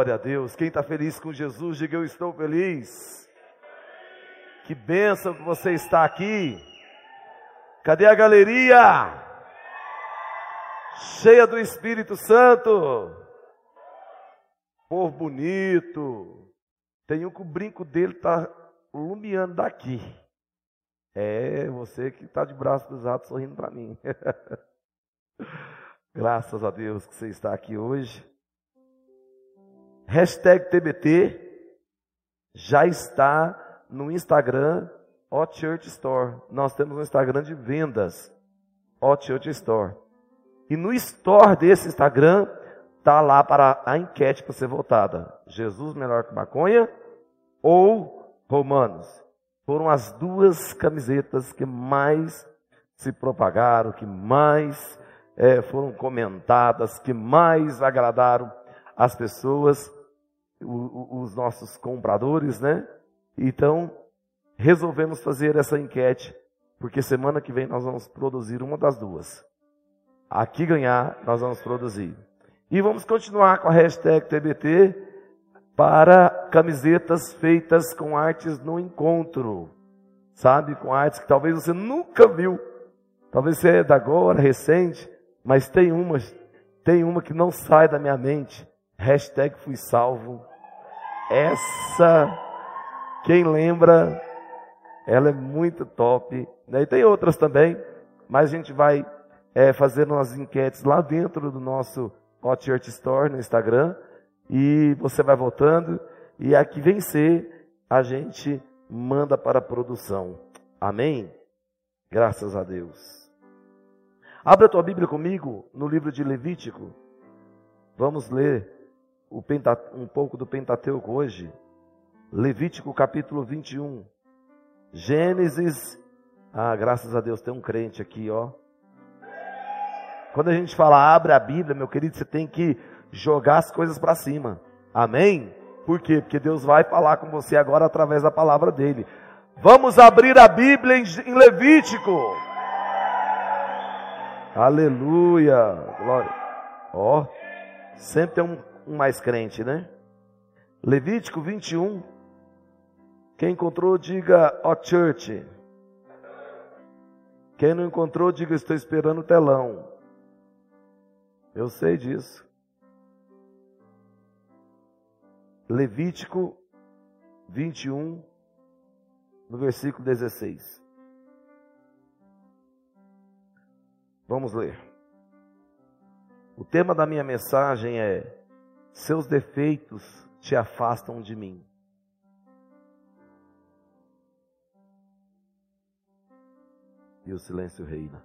Glória a Deus. Quem está feliz com Jesus, diga eu estou feliz. Que bênção que você está aqui. Cadê a galeria? Cheia do Espírito Santo. Povo bonito. Tem um que o brinco dele está lumiando daqui. É você que está de braço cruzado sorrindo para mim. Graças a Deus que você está aqui hoje. Hashtag TBT já está no Instagram Hot Church Store. Nós temos um Instagram de vendas, Hot Church Store. E no store desse Instagram está lá para a enquete para ser votada. Jesus melhor que maconha ou Romanos? Foram as duas camisetas que mais se propagaram, que mais foram comentadas, que mais agradaram as pessoas, os nossos compradores, né? Então, resolvemos fazer essa enquete, porque semana que vem nós vamos produzir uma das duas. Aqui ganhar, nós vamos produzir. E vamos continuar com a hashtag TBT para camisetas feitas com artes no encontro. Sabe? Com artes que talvez você nunca viu. Talvez você é da agora, recente, mas tem uma que não sai da minha mente. Hashtag fui salvo. Essa, quem lembra, ela é muito top. E tem outras também, mas a gente vai fazendo umas enquetes lá dentro do nosso Hot Church Store no Instagram. E você vai votando. E a que vencer, a gente manda para a produção. Amém? Graças a Deus. Abra a tua Bíblia comigo no livro de Levítico. Vamos ler um pouco do Pentateuco hoje. Levítico capítulo 21. Gênesis. Graças a Deus tem um crente aqui, ó. Quando a gente fala abre a Bíblia, meu querido, você tem que jogar as coisas para cima. Amém? Por quê? Porque Deus vai falar com você agora através da palavra dele. Vamos abrir a Bíblia em Levítico. Aleluia. Glória. Ó, sempre tem um mais crente, né? Levítico 21. Quem encontrou, diga ó church. Quem não encontrou, diga estou esperando o telão. Eu sei disso. Levítico 21, no versículo 16. Vamos ler. O tema da minha mensagem é: seus defeitos te afastam de mim. E o silêncio reina.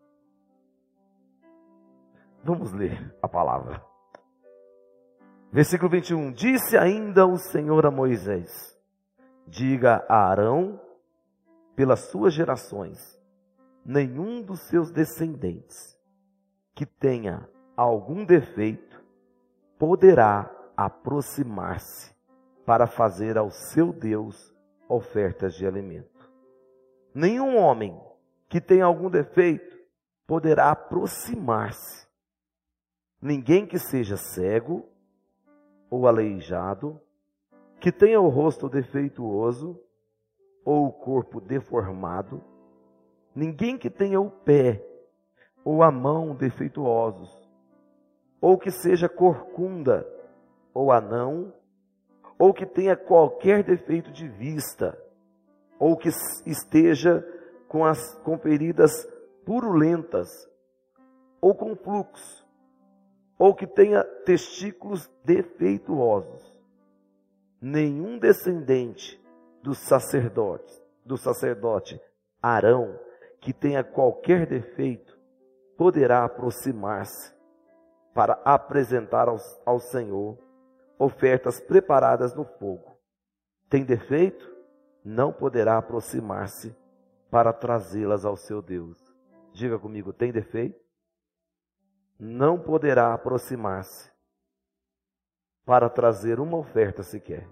Vamos ler a palavra. Versículo 21. Disse ainda o Senhor a Moisés: diga a Arão, pelas suas gerações, nenhum dos seus descendentes que tenha algum defeito poderá aproximar-se para fazer ao seu Deus ofertas de alimento. Nenhum homem que tenha algum defeito poderá aproximar-se. Ninguém que seja cego ou aleijado, que tenha o rosto defeituoso ou o corpo deformado, ninguém que tenha o pé ou a mão defeituosos, ou que seja corcunda ou anão, ou que tenha qualquer defeito de vista, ou que esteja com feridas purulentas, ou com fluxo, ou que tenha testículos defeituosos. Nenhum descendente do sacerdote Arão, que tenha qualquer defeito, poderá aproximar-se para apresentar ao Senhor ofertas preparadas no fogo. Tem defeito? Não poderá aproximar-se para trazê-las ao seu Deus. Diga comigo, tem defeito? Não poderá aproximar-se para trazer uma oferta sequer.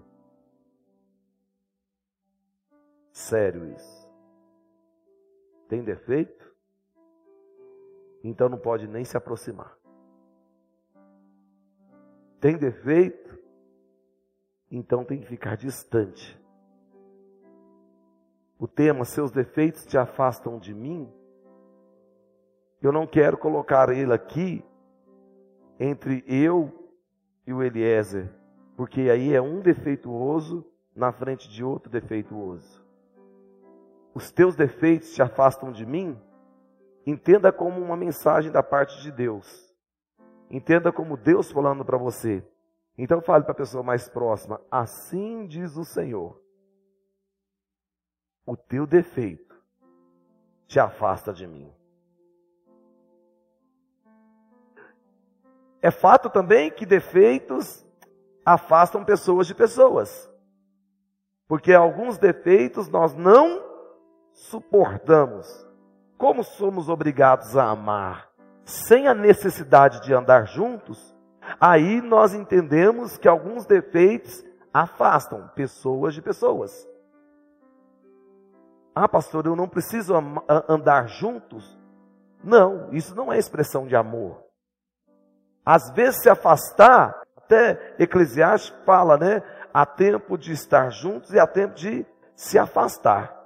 Sério isso. Tem defeito? Então não pode nem se aproximar. Tem defeito? então tem que ficar distante. O tema, seus defeitos te afastam de mim, eu não quero colocar ele aqui entre eu e o Eliezer, porque aí é um defeituoso na frente de outro defeituoso. Os teus defeitos te afastam de mim, entenda como uma mensagem da parte de Deus. Entenda como Deus falando para você. Então fale para a pessoa mais próxima, assim diz o Senhor. O teu defeito te afasta de mim. É fato também que defeitos afastam pessoas de pessoas. Porque alguns defeitos nós não suportamos. Como somos obrigados a amar sem a necessidade de andar juntos, aí nós entendemos que alguns defeitos afastam pessoas de pessoas. Ah, pastor, eu não preciso andar juntos? Não, isso não é expressão de amor. Às vezes se afastar, até Eclesiastes fala, né? Há tempo de estar juntos e há tempo de se afastar.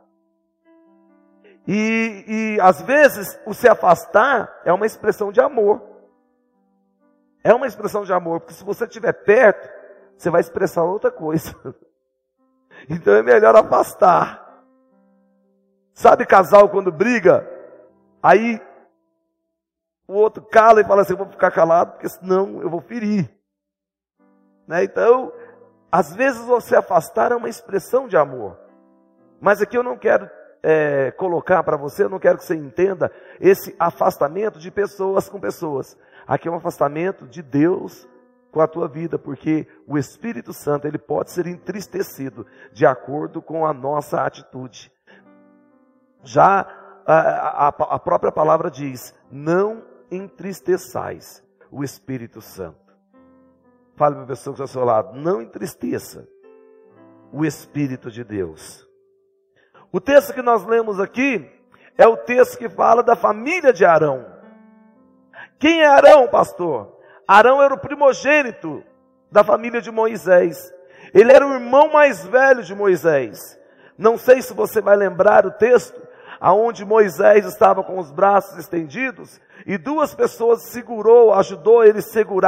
E às vezes o se afastar é uma expressão de amor. É uma expressão de amor, porque se você estiver perto, você vai expressar outra coisa. Então é melhor afastar. Sabe casal quando briga? Aí o outro cala e fala assim, eu vou ficar calado, porque senão eu vou ferir. Né? Então, às vezes você afastar é uma expressão de amor. Mas aqui eu não quero colocar para você, eu não quero que você entenda esse afastamento de pessoas com pessoas. Aqui é um afastamento de Deus com a tua vida, porque o Espírito Santo ele pode ser entristecido de acordo com a nossa atitude. Já a própria palavra diz, não entristeçais o Espírito Santo. Fale para a pessoa que está ao seu lado, não entristeça o Espírito de Deus. O texto que nós lemos aqui é o texto que fala da família de Arão. Quem é Arão, pastor? Arão era o primogênito da família de Moisés. Ele era o irmão mais velho de Moisés. Não sei se você vai lembrar o texto, aonde Moisés estava com os braços estendidos e duas pessoas ajudou ele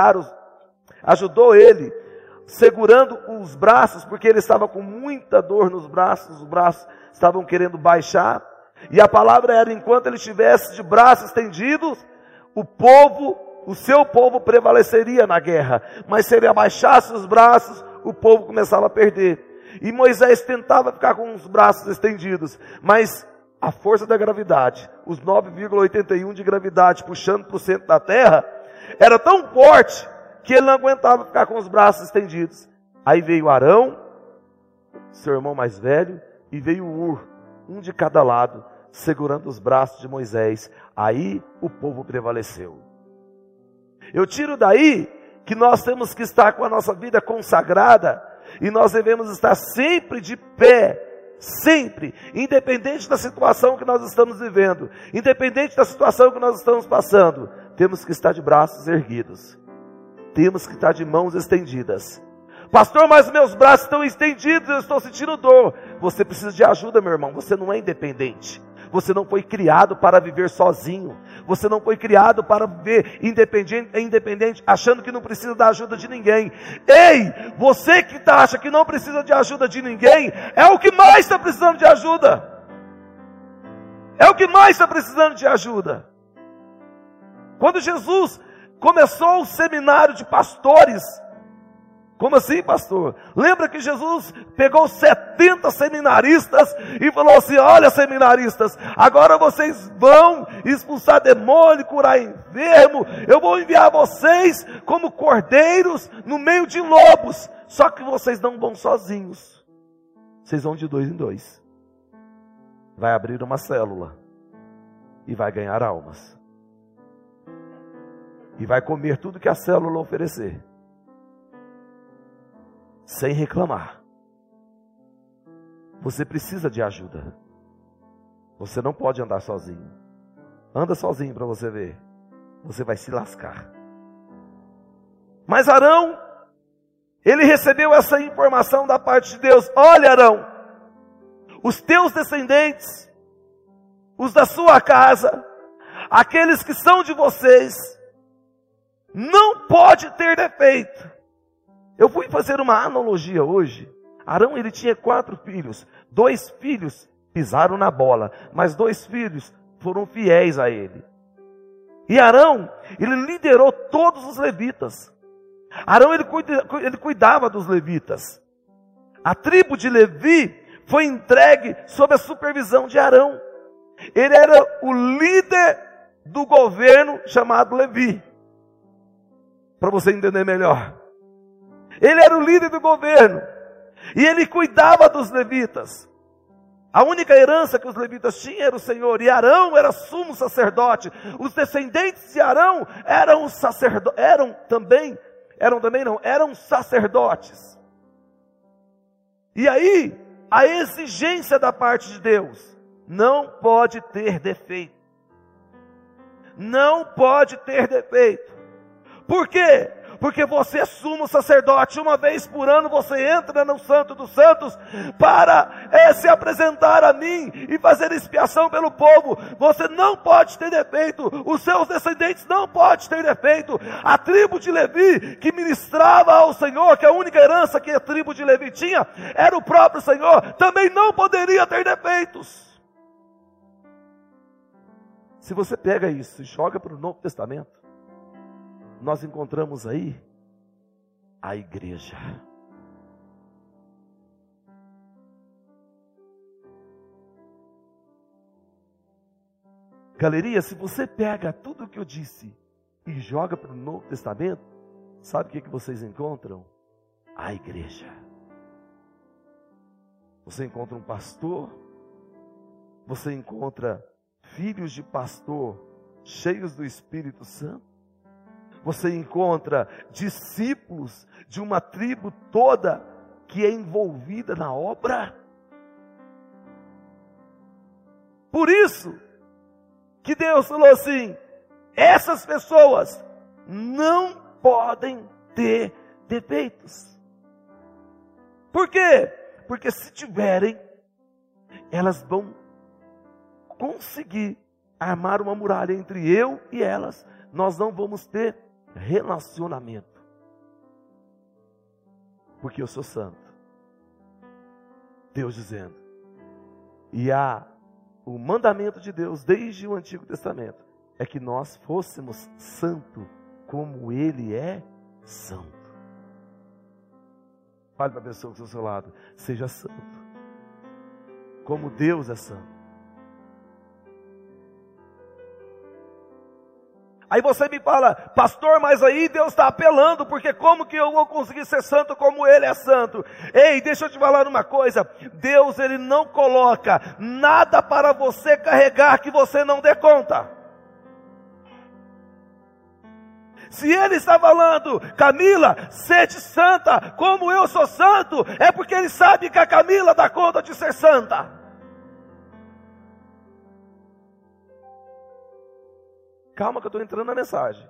segurando os braços, porque ele estava com muita dor nos braços, os braços estavam querendo baixar, e a palavra era, enquanto ele estivesse de braços estendidos, o seu povo prevaleceria na guerra, mas se ele abaixasse os braços, o povo começava a perder, e Moisés tentava ficar com os braços estendidos, mas a força da gravidade, os 9,81 de gravidade puxando para o centro da terra, era tão forte, que ele não aguentava ficar com os braços estendidos. Aí veio Arão, seu irmão mais velho, e veio Ur, um de cada lado, segurando os braços de Moisés. Aí o povo prevaleceu. Eu tiro daí que nós temos que estar com a nossa vida consagrada, e nós devemos estar sempre de pé, sempre, independente da situação que nós estamos vivendo, independente da situação que nós estamos passando, temos que estar de braços erguidos. Temos que estar de mãos estendidas. Pastor, mas meus braços estão estendidos, eu estou sentindo dor. Você precisa de ajuda, meu irmão. Você não é independente. Você não foi criado para viver sozinho. Você não foi criado para viver independente, achando que não precisa da ajuda de ninguém. Ei, você que acha que não precisa de ajuda de ninguém, é o que mais está precisando de ajuda. É o que mais está precisando de ajuda. Quando Jesus começou o seminário de pastores. Como assim, pastor? Lembra que Jesus pegou 70 seminaristas e falou assim, olha seminaristas, agora vocês vão expulsar demônio, curar enfermo, eu vou enviar vocês como cordeiros no meio de lobos, só que vocês não vão sozinhos, vocês vão de 2 em 2. Vai abrir uma célula e vai ganhar almas. E vai comer tudo que a célula oferecer. Sem reclamar. Você precisa de ajuda. Você não pode andar sozinho. Anda sozinho para você ver. Você vai se lascar. Mas Arão ele recebeu essa informação da parte de Deus: olha, Arão, os teus descendentes, os da sua casa, aqueles que são de vocês, não pode ter defeito. Eu fui fazer uma analogia hoje. Arão, ele tinha 4 filhos. 2 filhos pisaram na bola, mas 2 filhos foram fiéis a ele. E Arão, ele liderou todos os levitas. Arão, ele cuidava dos levitas. A tribo de Levi foi entregue sob a supervisão de Arão. Ele era o líder do governo chamado Levi. Para você entender melhor. Ele era o líder do governo. E ele cuidava dos levitas. A única herança que os levitas tinham era o Senhor. E Arão era sumo sacerdote. Os descendentes de Arão eram sacerdotes. E aí, a exigência da parte de Deus: não pode ter defeito. Não pode ter defeito. Por quê? Porque você é sumo sacerdote. Uma vez por ano você entra no Santo dos Santos para se apresentar a mim e fazer expiação pelo povo. Você não pode ter defeito. Os seus descendentes não podem ter defeito. A tribo de Levi, que ministrava ao Senhor, que a única herança que a tribo de Levi tinha era o próprio Senhor, também não poderia ter defeitos. Se você pega isso e joga para o Novo Testamento, nós encontramos aí a igreja. Galeria, se você pega tudo o que eu disse e joga para o Novo Testamento, sabe o que vocês encontram? A igreja. Você encontra um pastor, você encontra filhos de pastor cheios do Espírito Santo, você encontra discípulos de uma tribo toda que é envolvida na obra. Por isso que Deus falou assim: essas pessoas não podem ter defeitos. Por quê? Porque se tiverem, elas vão conseguir armar uma muralha entre eu e elas. Nós não vamos ter relacionamento, porque eu sou santo. Deus dizendo. E o mandamento de Deus desde o Antigo Testamento é que nós fôssemos santo como Ele é santo. Fale para a pessoa que está ao seu lado: seja santo como Deus é santo. Aí você me fala: pastor, mas aí Deus está apelando, porque como que eu vou conseguir ser santo como Ele é santo? Ei, deixa eu te falar uma coisa: Deus, Ele não coloca nada para você carregar que você não dê conta. Se Ele está falando: Camila, sede santa como eu sou santo, é porque Ele sabe que a Camila dá conta de ser santa. Calma que eu estou entrando na mensagem.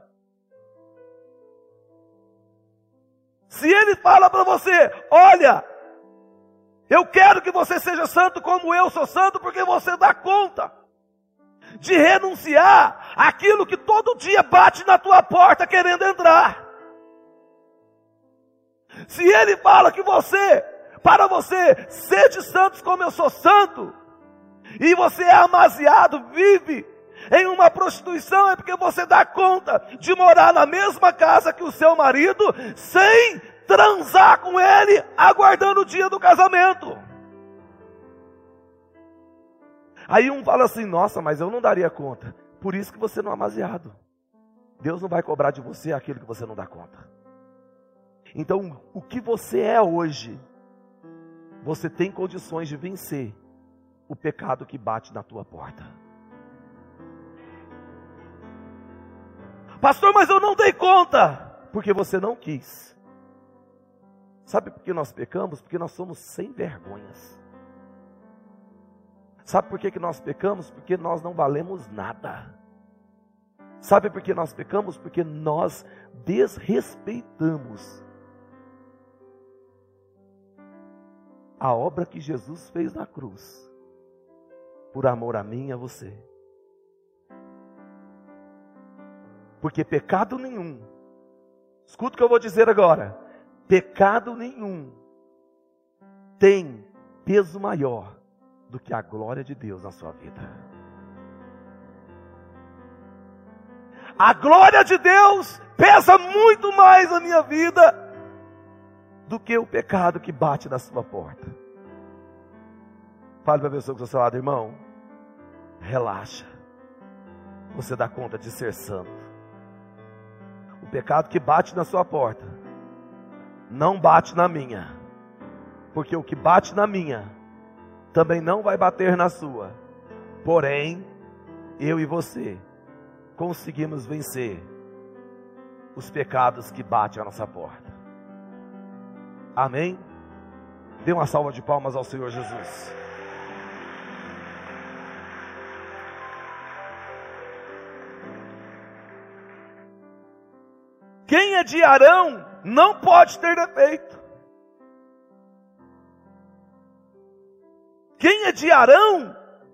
Se Ele fala para você: olha, eu quero que você seja santo como eu sou santo, porque você dá conta de renunciar aquilo que todo dia bate na tua porta querendo entrar. Se Ele fala que para você, sede santos como eu sou santo, e você é amaziado, vive em uma prostituição, é porque você dá conta de morar na mesma casa que o seu marido, sem transar com ele, aguardando o dia do casamento. Aí um fala assim: nossa, mas eu não daria conta. Por isso que você não é amaziado. Deus não vai cobrar de você aquilo que você não dá conta. Então, o que você é hoje, você tem condições de vencer o pecado que bate na tua porta. Pastor, mas eu não dei conta. Porque você não quis. Sabe por que nós pecamos? Porque nós somos sem vergonhas. Sabe por que nós pecamos? Porque nós não valemos nada. Sabe por que nós pecamos? Porque nós desrespeitamos a obra que Jesus fez na cruz, por amor a mim e a você. Porque pecado nenhum, escuta o que eu vou dizer agora, pecado nenhum tem peso maior do que a glória de Deus na sua vida. A glória de Deus pesa muito mais na minha vida do que o pecado que bate na sua porta. Fale para a pessoa que está ao seu lado, irmão, relaxa, você dá conta de ser santo. O pecado que bate na sua porta não bate na minha, porque o que bate na minha também não vai bater na sua. Porém, eu e você conseguimos vencer os pecados que batem à nossa porta. Amém? Dê uma salva de palmas ao Senhor Jesus. Quem é de Arão não pode ter defeito. Quem é de Arão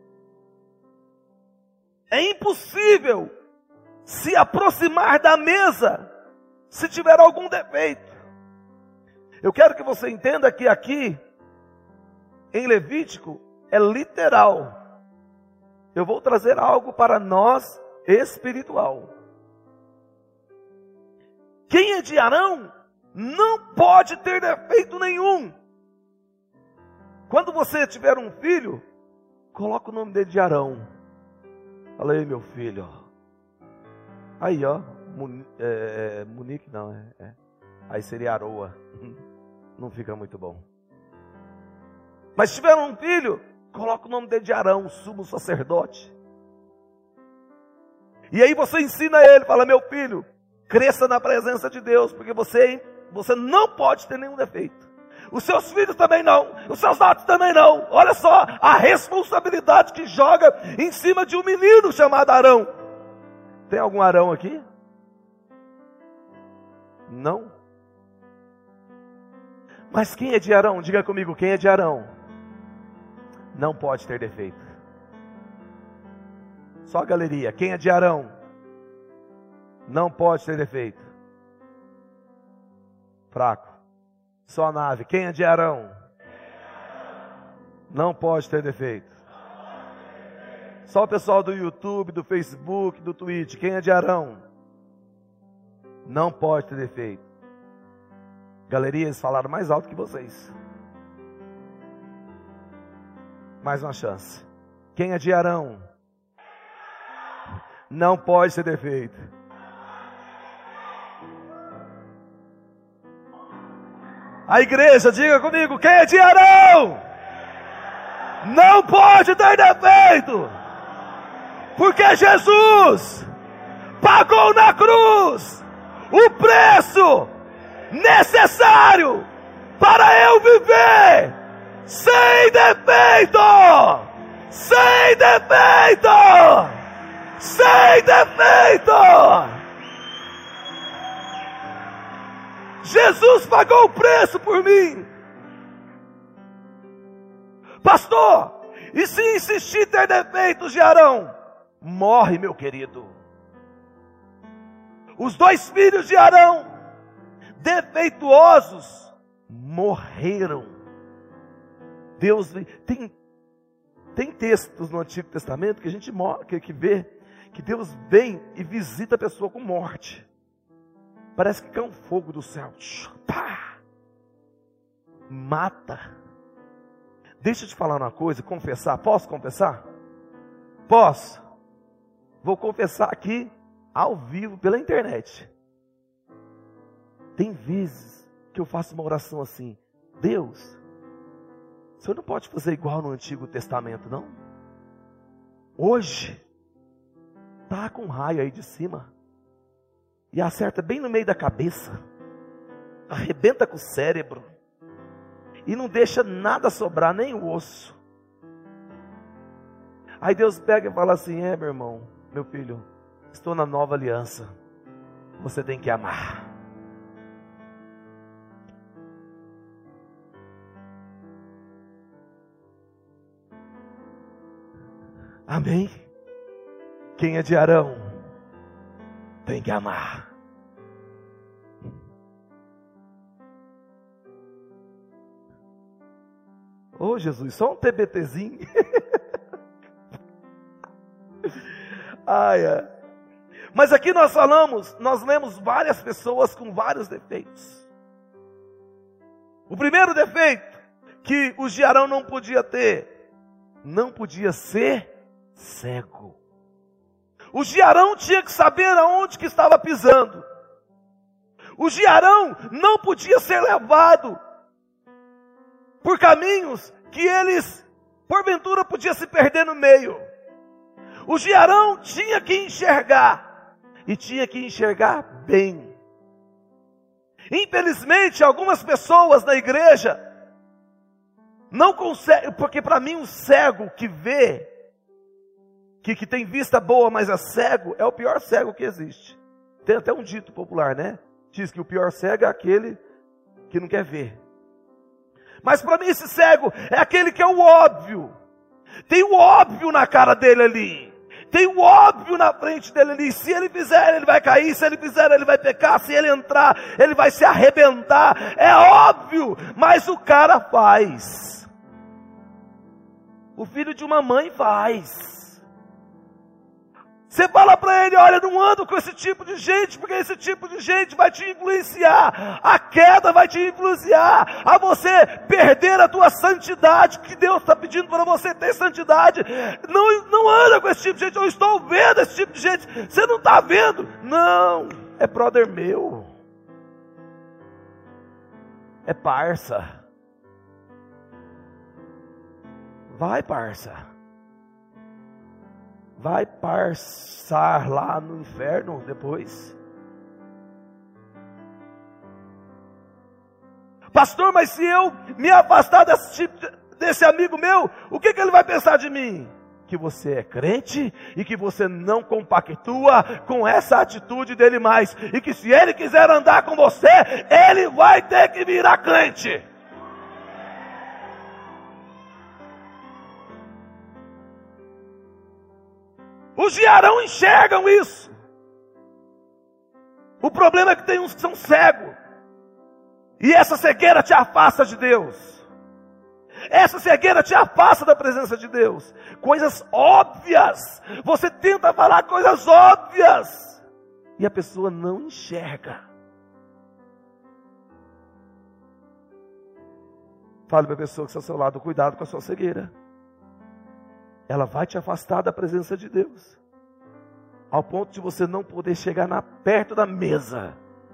é impossível se aproximar da mesa se tiver algum defeito. Eu quero que você entenda que aqui em Levítico é literal. Eu vou trazer algo para nós espiritual. Quem é de Arão não pode ter defeito nenhum. Quando você tiver um filho, coloca o nome dele de Arão. Fala aí, meu filho. Aí, ó. Munique não, Aí seria Aroa. Não fica muito bom. Mas se tiver um filho, coloca o nome dele de Arão, sumo sacerdote. E aí você ensina ele, fala, meu filho, cresça na presença de Deus, porque você não pode ter nenhum defeito. Os seus filhos também não, os seus netos também não. Olha só a responsabilidade que joga em cima de um menino chamado Arão. Tem algum Arão aqui? Não? Mas quem é de Arão? Diga comigo, quem é de Arão não pode ter defeito. Só a galeria, quem é de Arão não pode ter defeito. Fraco. Só a nave, quem é de Arão não pode ter defeito. Só o pessoal do YouTube, do Facebook, do Twitch, quem é de Arão não pode ter defeito. Galeria, eles falaram mais alto que vocês. Mais uma chance. Quem é de Arão não pode ter defeito. A igreja, diga comigo, quem é de Arão não pode ter defeito, porque Jesus pagou na cruz o preço necessário para eu viver sem defeito, sem defeito, sem defeito. Jesus pagou o preço por mim. Pastor, e se insistir ter defeitos de Arão? Morre, meu querido. Os 2 filhos de Arão, defeituosos, morreram. Deus tem textos no Antigo Testamento que a gente que vê que Deus vem e visita a pessoa com morte. Parece que cai um fogo do céu. Pá! Mata. Deixa eu te falar uma coisa, confessar. Posso confessar? Posso. Vou confessar aqui, ao vivo, pela internet. Tem vezes que eu faço uma oração assim: Deus, o Senhor não pode fazer igual no Antigo Testamento, não? Hoje, tá com um raio aí de cima e acerta bem no meio da cabeça, arrebenta com o cérebro e não deixa nada sobrar, nem o osso. Aí Deus pega e fala assim: meu irmão, meu filho, estou na nova aliança, você tem que amar. Amém? Quem é de Arão tem que amar. Ô Jesus, só um TBTzinho. Mas aqui nós lemos várias pessoas com vários defeitos. O primeiro defeito que os de Arão não podia ter, não podia ser cego. Os de Arão tinha que saber aonde que estava pisando. Os de Arão não podia ser levado por caminhos que eles, porventura, podiam se perder no meio. O de Arão tinha que enxergar, e tinha que enxergar bem. Infelizmente, algumas pessoas na igreja não conseguem, porque para mim o cego que vê, que tem vista boa, mas é cego, é o pior cego que existe. Tem até um dito popular, né? Diz que o pior cego é aquele que não quer ver. Mas para mim esse cego é aquele que é o óbvio. Tem o óbvio na cara dele ali. Tem o óbvio na frente dele ali. Se ele fizer, ele vai cair. Se ele fizer, ele vai pecar. Se ele entrar, ele vai se arrebentar. É óbvio, mas o cara faz. O filho de uma mãe faz. Você fala para ele, olha, não anda com esse tipo de gente, porque esse tipo de gente vai te influenciar. A queda vai te influenciar a você perder a tua santidade, que Deus está pedindo para você ter santidade. Não anda com esse tipo de gente. Eu estou vendo esse tipo de gente. Você não está vendo? Não, é brother meu. É parça. Vai, parça. Vai passar lá no inferno depois. Pastor, mas se eu me afastar desse amigo meu, o que ele vai pensar de mim? Que você é crente e que você não compactua com essa atitude dele mais. E que se ele quiser andar com você, ele vai ter que virar crente. Os de Arão enxergam isso. O problema é que tem uns que são cegos. E essa cegueira te afasta de Deus. Essa cegueira te afasta da presença de Deus. Coisas óbvias. Você tenta falar coisas óbvias. E a pessoa não enxerga. Fale para a pessoa que está ao seu lado, cuidado com a sua cegueira. Ela vai te afastar da presença de Deus, ao ponto de você não poder chegar perto da mesa.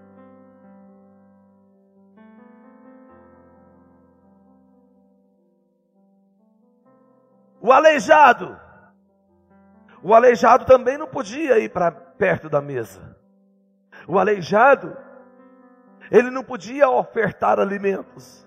O aleijado também não podia ir para perto da mesa. O aleijado, ele não podia ofertar alimentos.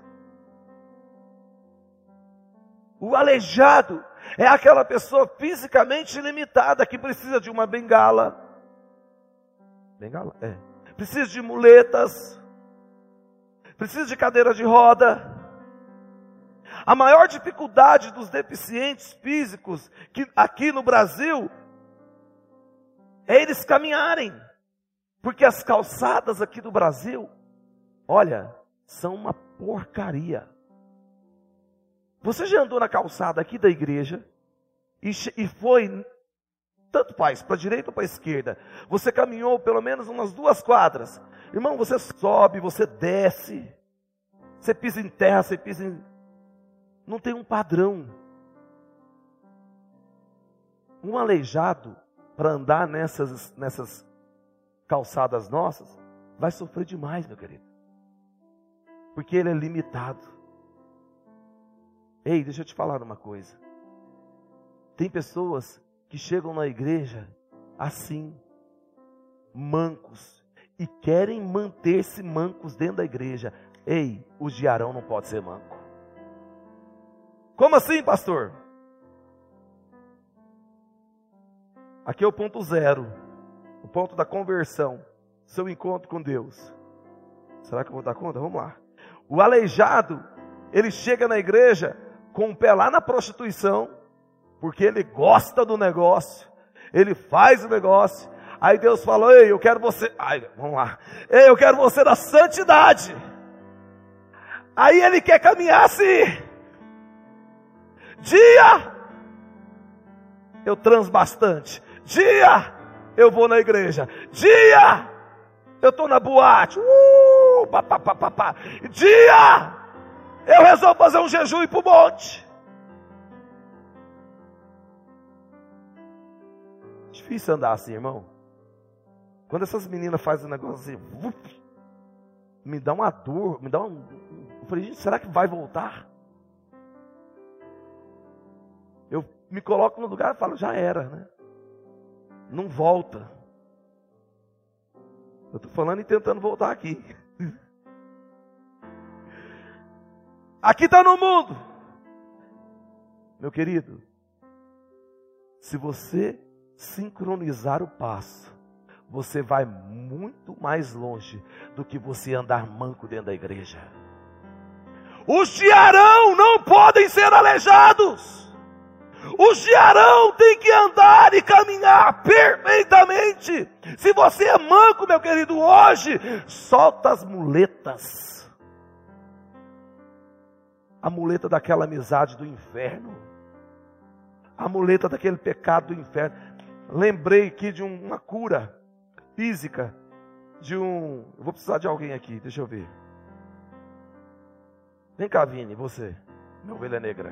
O aleijado é aquela pessoa fisicamente limitada que precisa de uma bengala. Bengala? É. Precisa de muletas. Precisa de cadeira de roda. A maior dificuldade dos deficientes físicos aqui no Brasil é eles caminharem. Porque as calçadas aqui do Brasil, olha, são uma porcaria. Você já andou na calçada aqui da igreja e foi, tanto faz, para a direita ou para a esquerda, você caminhou pelo menos umas 2 quadras. Irmão, você sobe, você desce, você pisa em terra, você pisa em... Não tem um padrão. Um aleijado, para andar nessas calçadas nossas, vai sofrer demais, meu querido. Porque ele é limitado. Ei, deixa eu te falar uma coisa. Tem pessoas que chegam na igreja assim, mancos, e querem manter-se mancos dentro da igreja. Ei, os de Arão não pode ser manco. Como assim, pastor? Aqui é o ponto 0, o ponto da conversão, seu encontro com Deus. Será que eu vou dar conta? Vamos lá. O aleijado, ele chega na igreja com o pé lá na prostituição, porque ele gosta do negócio, ele faz o negócio. Aí Deus falou: ei, eu quero você, vamos lá, ei, eu quero você na santidade. Aí ele quer caminhar assim. Dia eu transo bastante, dia eu vou na igreja, dia eu estou na boate, dia eu resolvo fazer um jejum e ir para o monte. Difícil andar assim, irmão. Quando essas meninas fazem um negócio assim, me dá uma dor, eu falei: gente, será que vai voltar? Eu me coloco no lugar e falo: já era, né? Não volta. Eu estou falando e tentando voltar aqui. Aqui está no mundo. Meu querido, se você sincronizar o passo, você vai muito mais longe do que você andar manco dentro da igreja. Os de Arão não podem ser aleijados. Os de Arão têm que andar e caminhar perfeitamente. Se você é manco, meu querido, hoje, solta as muletas. A muleta daquela amizade do inferno. A muleta daquele pecado do inferno. Lembrei aqui de uma cura física. Eu vou precisar de alguém aqui, deixa eu ver. Vem cá, Vini, você, minha ovelha negra.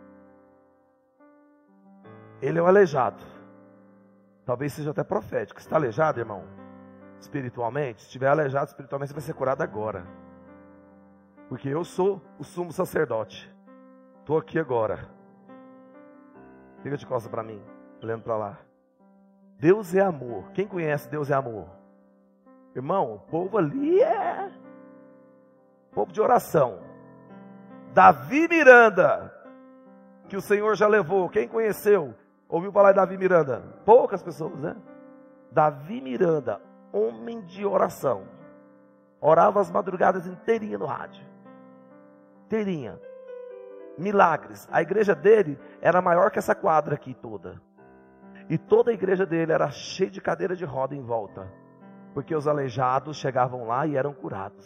Ele é um aleijado. Talvez seja até profético. Você está aleijado, irmão? Espiritualmente? Se estiver aleijado espiritualmente, você vai ser curado agora. Porque eu sou o sumo sacerdote. Estou aqui agora. Fica de costas para mim, olhando para lá. Deus é amor. Quem conhece Deus é amor? Irmão, o povo ali é povo de oração. Davi Miranda, que o Senhor já levou. Quem conheceu? Ouviu falar de Davi Miranda? Poucas pessoas, né? Davi Miranda, homem de oração. Orava as madrugadas inteirinha no rádio. Inteirinha. Milagres. A igreja dele era maior que essa quadra aqui toda. E toda a igreja dele era cheia de cadeira de roda em volta. Porque os aleijados chegavam lá e eram curados.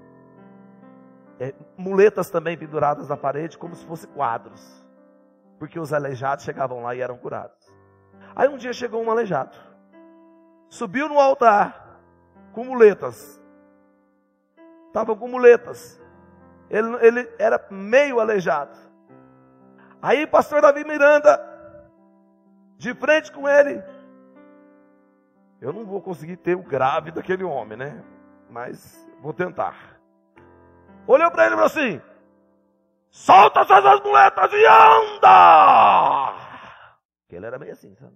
Muletas também penduradas na parede, como se fossem quadros. Porque os aleijados chegavam lá e eram curados. Aí um dia chegou um aleijado. Subiu no altar com muletas. Estavam com muletas. Ele era meio aleijado. Aí pastor Davi Miranda, de frente com ele. Eu não vou conseguir ter o grave daquele homem, né? Mas vou tentar. Olhou para ele e falou assim: solta essas muletas e anda! Porque ele era meio assim, sabe?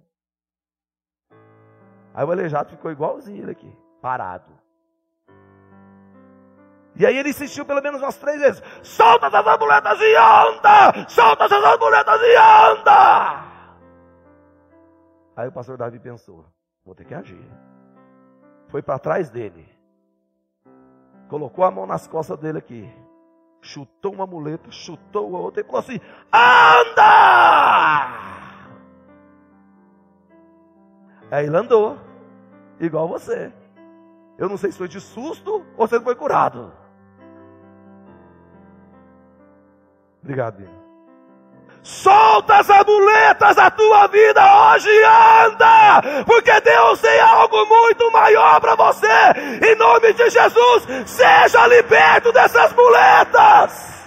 Aí o aleijado ficou igualzinho ele aqui, parado. E aí ele insistiu pelo menos umas 3 vezes: solta essas muletas e anda! Solta essas muletas e anda! Aí o pastor Davi pensou: vou ter que agir. Foi para trás dele. Colocou a mão nas costas dele aqui. Chutou uma muleta, chutou a outra e falou assim: anda! Aí ele andou, igual você. Eu não sei se foi de susto ou se ele foi curado. Obrigado, Bino. Solta as muletas da tua vida hoje e anda! Porque Deus tem algo muito maior para você. Em nome de Jesus, seja liberto dessas muletas!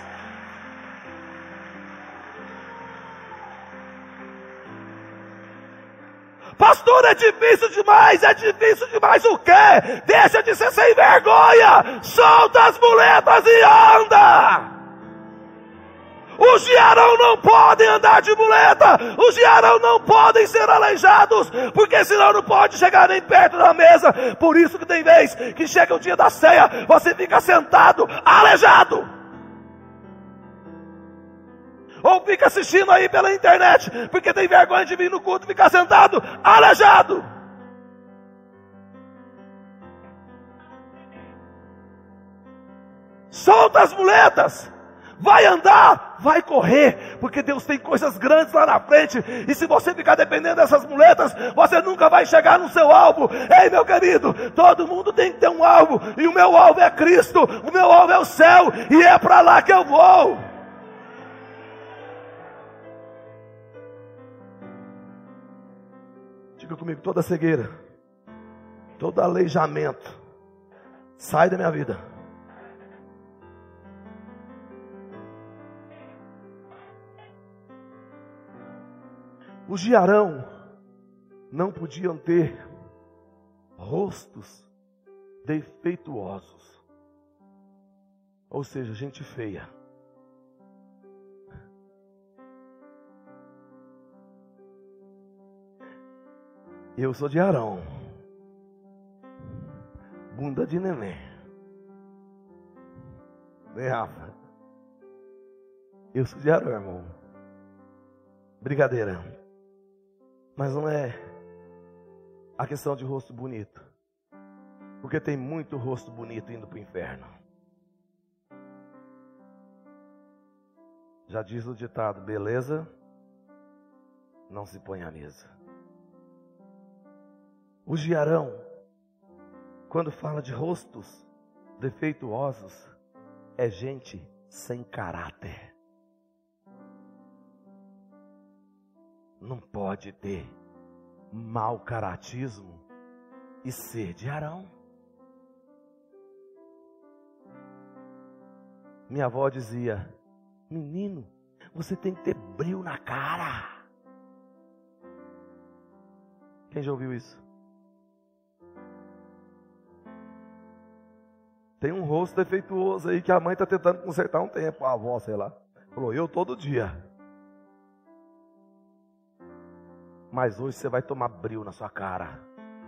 Pastor, é difícil demais o quê? Deixa de ser sem vergonha! Solta as muletas e anda! Os de Arão não podem andar de muleta. Os de Arão não podem ser aleijados, porque senão não pode chegar nem perto da mesa. Por isso que tem vez que chega o dia da ceia, você fica sentado, aleijado. Ou fica assistindo aí pela internet, porque tem vergonha de vir no culto e ficar sentado, aleijado. Solta as muletas. Vai andar, vai correr, porque Deus tem coisas grandes lá na frente, e se você ficar dependendo dessas muletas, você nunca vai chegar no seu alvo. Ei, meu querido, todo mundo tem que ter um alvo, e o meu alvo é Cristo, o meu alvo é o céu, e é para lá que eu vou. Diga comigo: toda cegueira, todo aleijamento, sai da minha vida. Os de Arão não podiam ter rostos defeituosos, ou seja, gente feia. Eu sou de Arão, bunda de neném, né, Rafa? Eu sou de Arão, irmão. Brincadeira. Mas não é a questão de rosto bonito, porque tem muito rosto bonito indo para o inferno. Já diz o ditado: beleza não se põe à mesa. Os de Arão, quando fala de rostos defeituosos, é gente sem caráter. Não pode ter mau caratismo e ser de Arão. Minha avó dizia: menino, você tem que ter brilho na cara. Quem já ouviu isso? Tem um rosto defeituoso aí que a mãe está tentando consertar um tempo. A avó, sei lá, falou: eu todo dia. Mas hoje você vai tomar brilho na sua cara.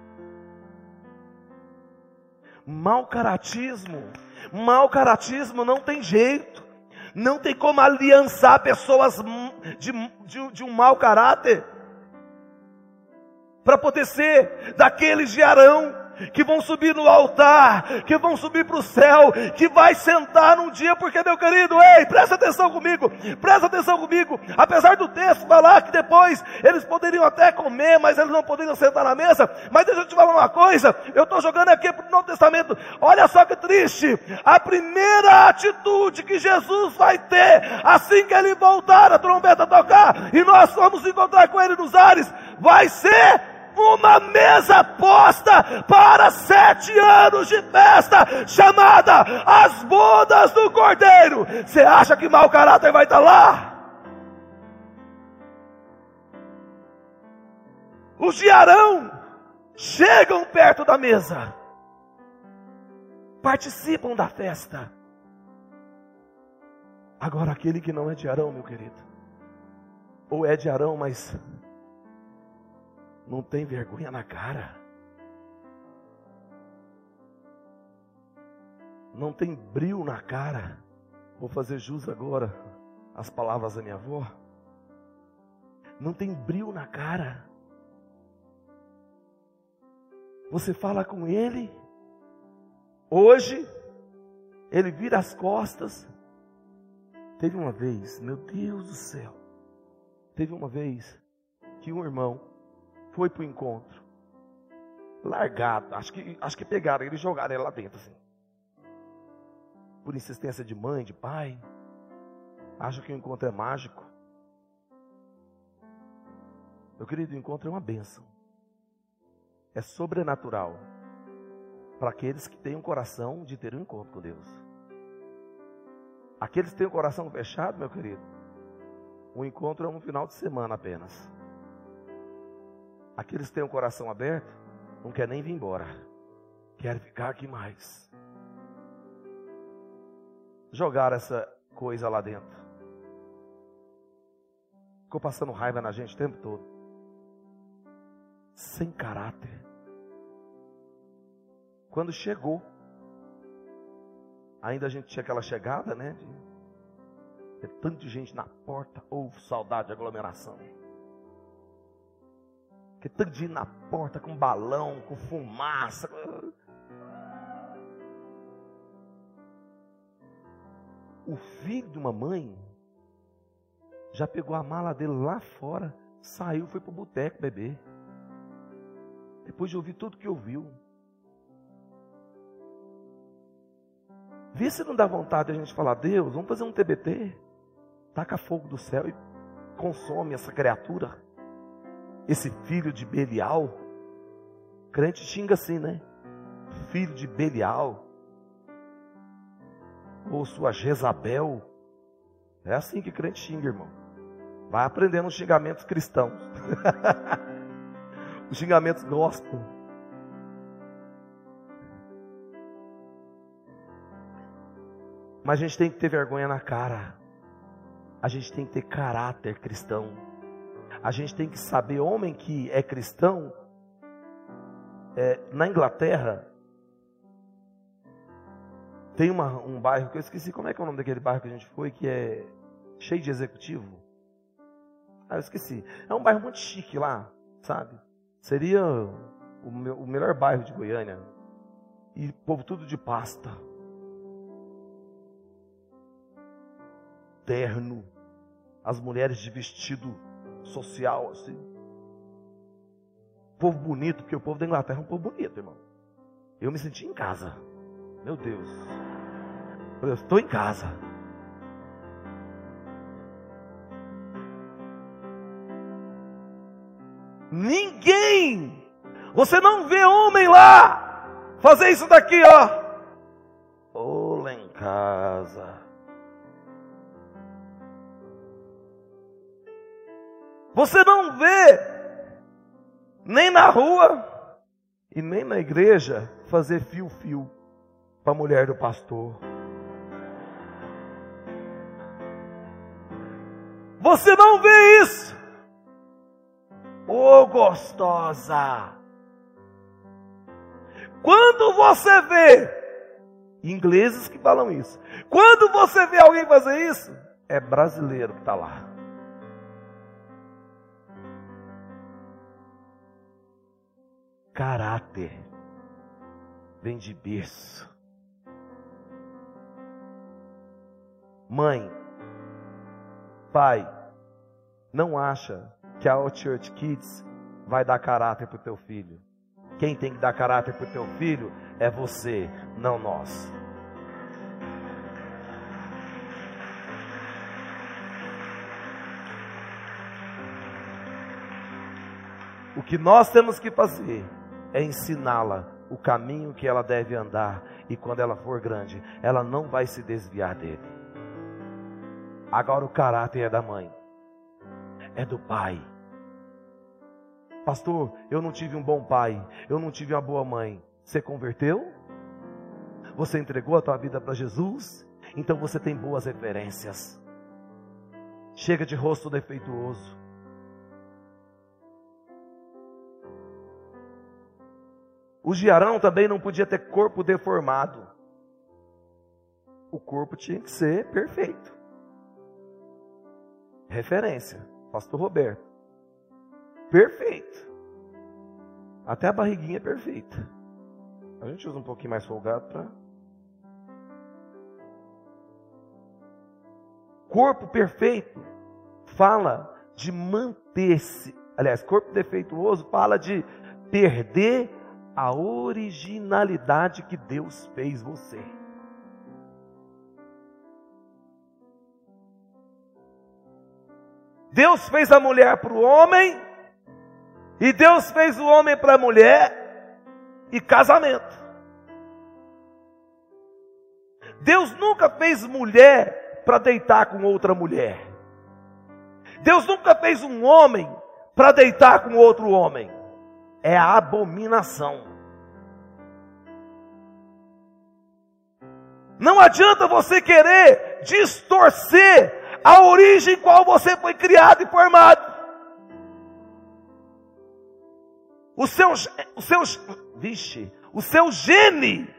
Mau caratismo não tem jeito. Não tem como aliançar pessoas de um mau caráter para poder ser daqueles de Arão que vão subir no altar, que vão subir para o céu, que vai sentar num dia. Porque, meu querido, ei, presta atenção comigo, apesar do texto falar que depois eles poderiam até comer, mas eles não poderiam sentar na mesa. Mas deixa eu te falar uma coisa, eu estou jogando aqui para o Novo Testamento. Olha só que triste, a primeira atitude que Jesus vai ter, assim que ele voltar, a trombeta tocar, e nós vamos encontrar com ele nos ares, vai ser uma mesa posta para 7 anos de festa, chamada as bodas do Cordeiro. Você acha que mau caráter vai estar lá? Os de Arão chegam perto da mesa, participam da festa. Agora aquele que não é de Arão, meu querido, ou é de Arão, mas não tem vergonha na cara, não tem brilho na cara. Vou fazer jus agora às palavras da minha avó. Não tem brilho na cara. Você fala com ele, hoje ele vira as costas. Teve uma vez, meu Deus do céu, teve uma vez que um irmão foi para o encontro, largado, acho que pegaram ele e jogaram ele lá dentro assim, por insistência de mãe, de pai. Acho que o encontro é mágico. Meu querido, o encontro é uma bênção, é sobrenatural para aqueles que têm um coração de ter um encontro com Deus. Aqueles que têm o coração fechado, meu querido, o encontro é um final de semana apenas. Aqueles que têm o coração aberto, não quer nem vir embora, quer ficar aqui mais. Jogaram essa coisa lá dentro, ficou passando raiva na gente o tempo todo, sem caráter. Quando chegou, ainda a gente tinha aquela chegada, né, de ter tanta gente na porta. Saudade de aglomeração. Que tanto de gente na porta com balão, com fumaça. O filho de uma mãe já pegou a mala dele lá fora, saiu, foi pro boteco beber. Depois de ouvir tudo que ouviu. Vê se não dá vontade de a gente falar: Deus, vamos fazer um TBT. Taca fogo do céu e consome essa criatura. Esse filho de Belial. Crente xinga assim, né? Filho de Belial. Ou sua Jezabel. É assim que crente xinga, irmão. Vai aprendendo os xingamentos cristãos. Os xingamentos gospel. Mas a gente tem que ter vergonha na cara. A gente tem que ter caráter cristão. A gente tem que saber, homem que é cristão, na Inglaterra, tem um bairro, que eu esqueci como é que é o nome daquele bairro que a gente foi, que é cheio de executivo. Eu esqueci. É um bairro muito chique lá, sabe? Seria o melhor bairro de Goiânia. E povo tudo de pasta. Terno. As mulheres de vestido social, assim. Povo bonito, porque o povo da Inglaterra é um povo bonito, irmão. Eu me senti em casa. Meu Deus. Eu estou em casa. Ninguém. Você não vê homem lá fazer isso daqui, ó. Ô, lá em casa. Você não vê nem na rua e nem na igreja fazer fio-fio para a mulher do pastor. Você não vê isso. Ô, gostosa. Quando você vê, ingleses que falam isso, quando você vê alguém fazer isso, é brasileiro que está lá. Caráter vem de berço. Mãe, pai, não acha que a All Church Kids vai dar caráter para o teu filho. Quem tem que dar caráter para o teu filho é você, não nós. O que nós temos que fazer é ensiná-la o caminho que ela deve andar, e quando ela for grande, ela não vai se desviar dele. Agora o caráter é da mãe, é do pai. Pastor, eu não tive um bom pai, eu não tive uma boa mãe. Você converteu? Você entregou a tua vida para Jesus? Então você tem boas referências. Chega de rosto defeituoso. O Giarão também não podia ter corpo deformado. O corpo tinha que ser perfeito. Referência, pastor Roberto. Perfeito. Até a barriguinha é perfeita. A gente usa um pouquinho mais folgado para... Corpo perfeito fala de manter-se. Aliás, corpo defeituoso fala de perder a originalidade que Deus fez você. Deus fez a mulher para o homem, e Deus fez o homem para a mulher, e casamento. Deus nunca fez mulher para deitar com outra mulher. Deus nunca fez um homem para deitar com outro homem. É a abominação. Não adianta você querer distorcer a origem em qual você foi criado e formado. O seu gene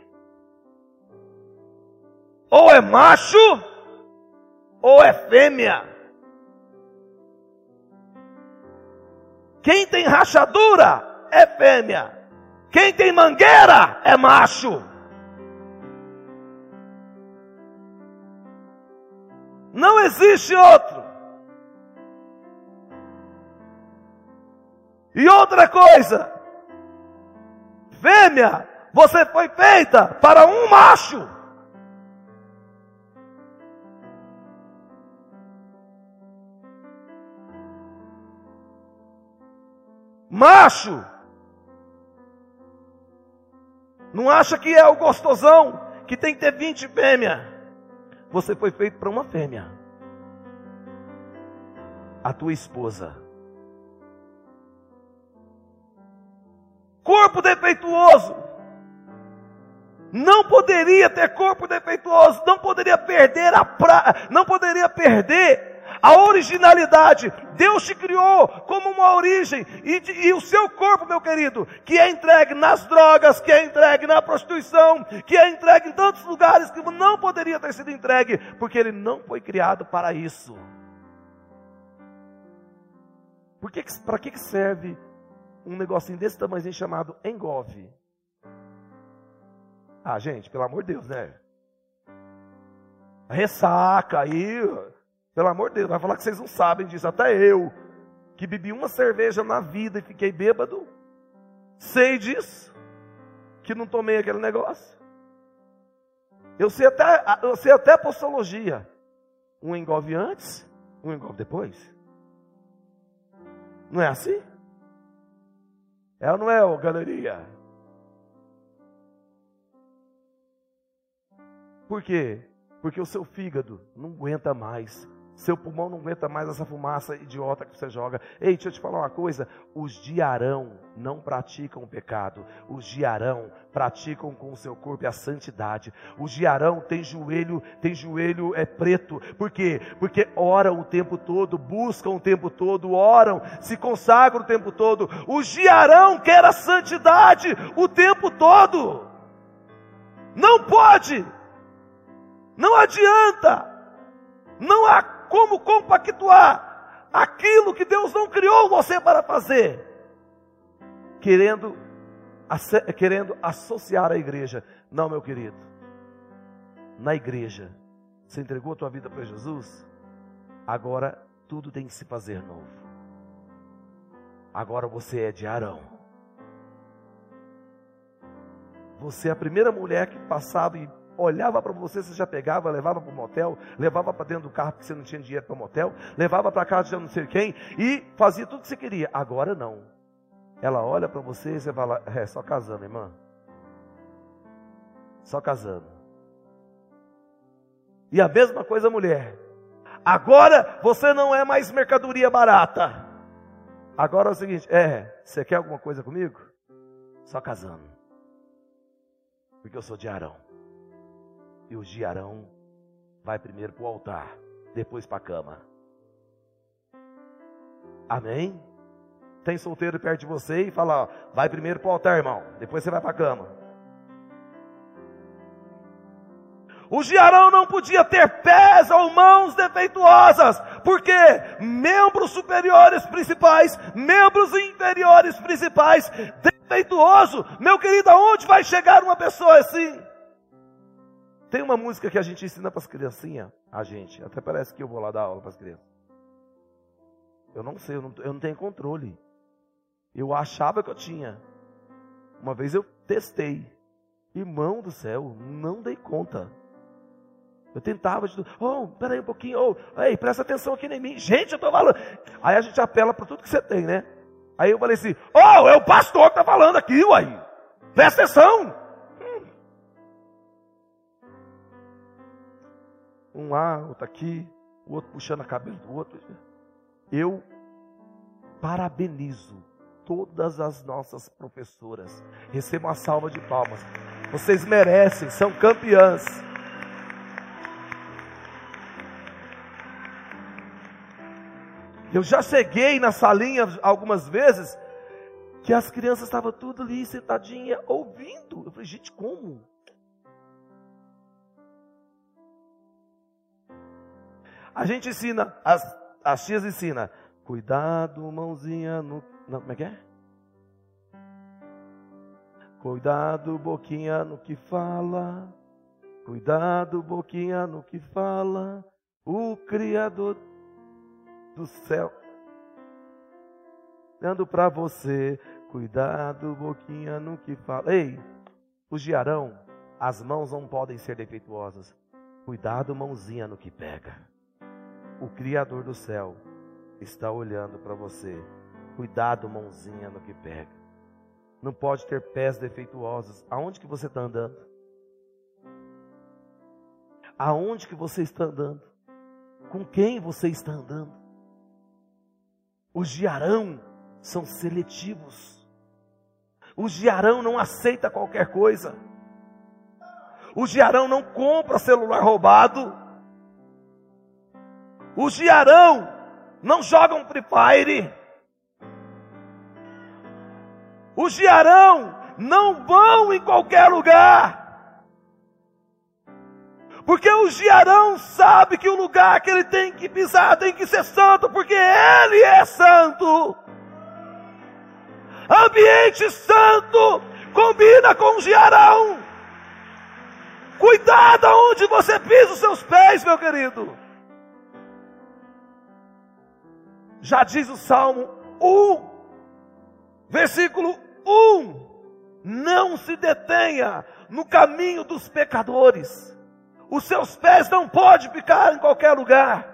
ou é macho ou é fêmea. Quem tem rachadura é fêmea. Quem tem mangueira é macho. Não existe outro. E outra coisa, fêmea, você foi feita para um macho. Macho, não acha que é o gostosão, que tem que ter 20 fêmeas. Você foi feito para uma fêmea. A tua esposa. Corpo defeituoso. Não poderia ter corpo defeituoso, não poderia perder não poderia perder a originalidade. Deus te criou como uma origem, e o seu corpo, meu querido, que é entregue nas drogas, que é entregue na prostituição, que é entregue em tantos lugares que não poderia ter sido entregue, porque ele não foi criado para isso. Para que serve um negocinho desse tamanhozinho chamado engove? Ah, gente, pelo amor de Deus, né? Ressaca aí, pelo amor de Deus, vai falar que vocês não sabem disso. Até eu, que bebi uma cerveja na vida e fiquei bêbado, sei disso, que não tomei aquele negócio. Eu sei até posologia. Um engove antes, um engove depois. Não é assim? É ou não é, ô galeria? Por quê? Porque o seu fígado não aguenta mais. Seu pulmão não aguenta mais essa fumaça idiota que você joga. Ei, deixa eu te falar uma coisa. Os de Arão não praticam o pecado. Os de Arão praticam com o seu corpo a santidade. Os de Arão tem joelho preto. Por quê? Porque oram o tempo todo, buscam o tempo todo, oram, se consagram o tempo todo. Os de Arão querem a santidade o tempo todo. Não pode. Não adianta. Não há como compactuar aquilo que Deus não criou você para fazer, querendo associar a igreja. Não, meu querido. Na igreja, você entregou a tua vida para Jesus, agora tudo tem que se fazer novo. Agora você é de Arão. Você é a primeira mulher que passava e olhava para você, você já pegava, levava para o motel, levava para dentro do carro porque você não tinha dinheiro para o motel, levava para casa de não sei quem e fazia tudo que você queria. Agora não. Ela olha para você e você fala, só casando, irmã. Só casando. E a mesma coisa a mulher. Agora você não é mais mercadoria barata. Agora é o seguinte, você quer alguma coisa comigo? Só casando. Porque eu sou de Arão. E o de Arão vai primeiro para o altar, depois para a cama. Amém? Tem solteiro perto de você e fala, vai primeiro para o altar, irmão, depois você vai para a cama. O de Arão não podia ter pés ou mãos defeituosas, porque membros superiores principais, membros inferiores principais, defeituoso. Meu querido, aonde vai chegar uma pessoa assim? Tem uma música que a gente ensina para as criancinhas, até parece que eu vou lá dar aula para as crianças. Eu não sei, eu não tenho controle. Eu achava que eu tinha. Uma vez eu testei. Irmão do céu, não dei conta. Eu tentava de tudo. Peraí um pouquinho. Ei, presta atenção aqui em mim. Gente, eu estou falando. Aí a gente apela para tudo que você tem, né? Aí eu falei assim, é o pastor que está falando aqui, uai. Presta atenção. Um lá, outro aqui, o outro puxando a cabeça do outro. Eu parabenizo todas as nossas professoras. Recebam uma salva de palmas. Vocês merecem, são campeãs. Eu já cheguei na salinha algumas vezes que as crianças estavam tudo ali sentadinha ouvindo. Eu falei, gente, como? A gente ensina, as tias ensinam, cuidado, mãozinha no... Não, como é que é? Cuidado, boquinha no que fala. Cuidado, boquinha no que fala. O Criador do céu. olhando para você. Cuidado, boquinha, no que fala. Ei, o Giarão, as mãos não podem ser defeituosas. Cuidado, mãozinha, no que pega. O Criador do céu está olhando para você. Cuidado, mãozinha, no que pega. Não pode ter pés defeituosos. Aonde que você está andando? Aonde que você está andando? Com quem você está andando? Os Giarão são seletivos. O Giarão não aceita qualquer coisa. O Giarão não compra celular roubado. O Giarão não joga um Free Fire. O Giarão não vão em qualquer lugar. Porque o Giarão sabe que o lugar que ele tem que pisar tem que ser santo, porque ele é santo. Ambiente santo combina com o Giarão. Cuidado aonde você pisa os seus pés, meu querido. Já diz o Salmo 1, versículo 1. Não se detenha no caminho dos pecadores. Os seus pés não podem ficar em qualquer lugar.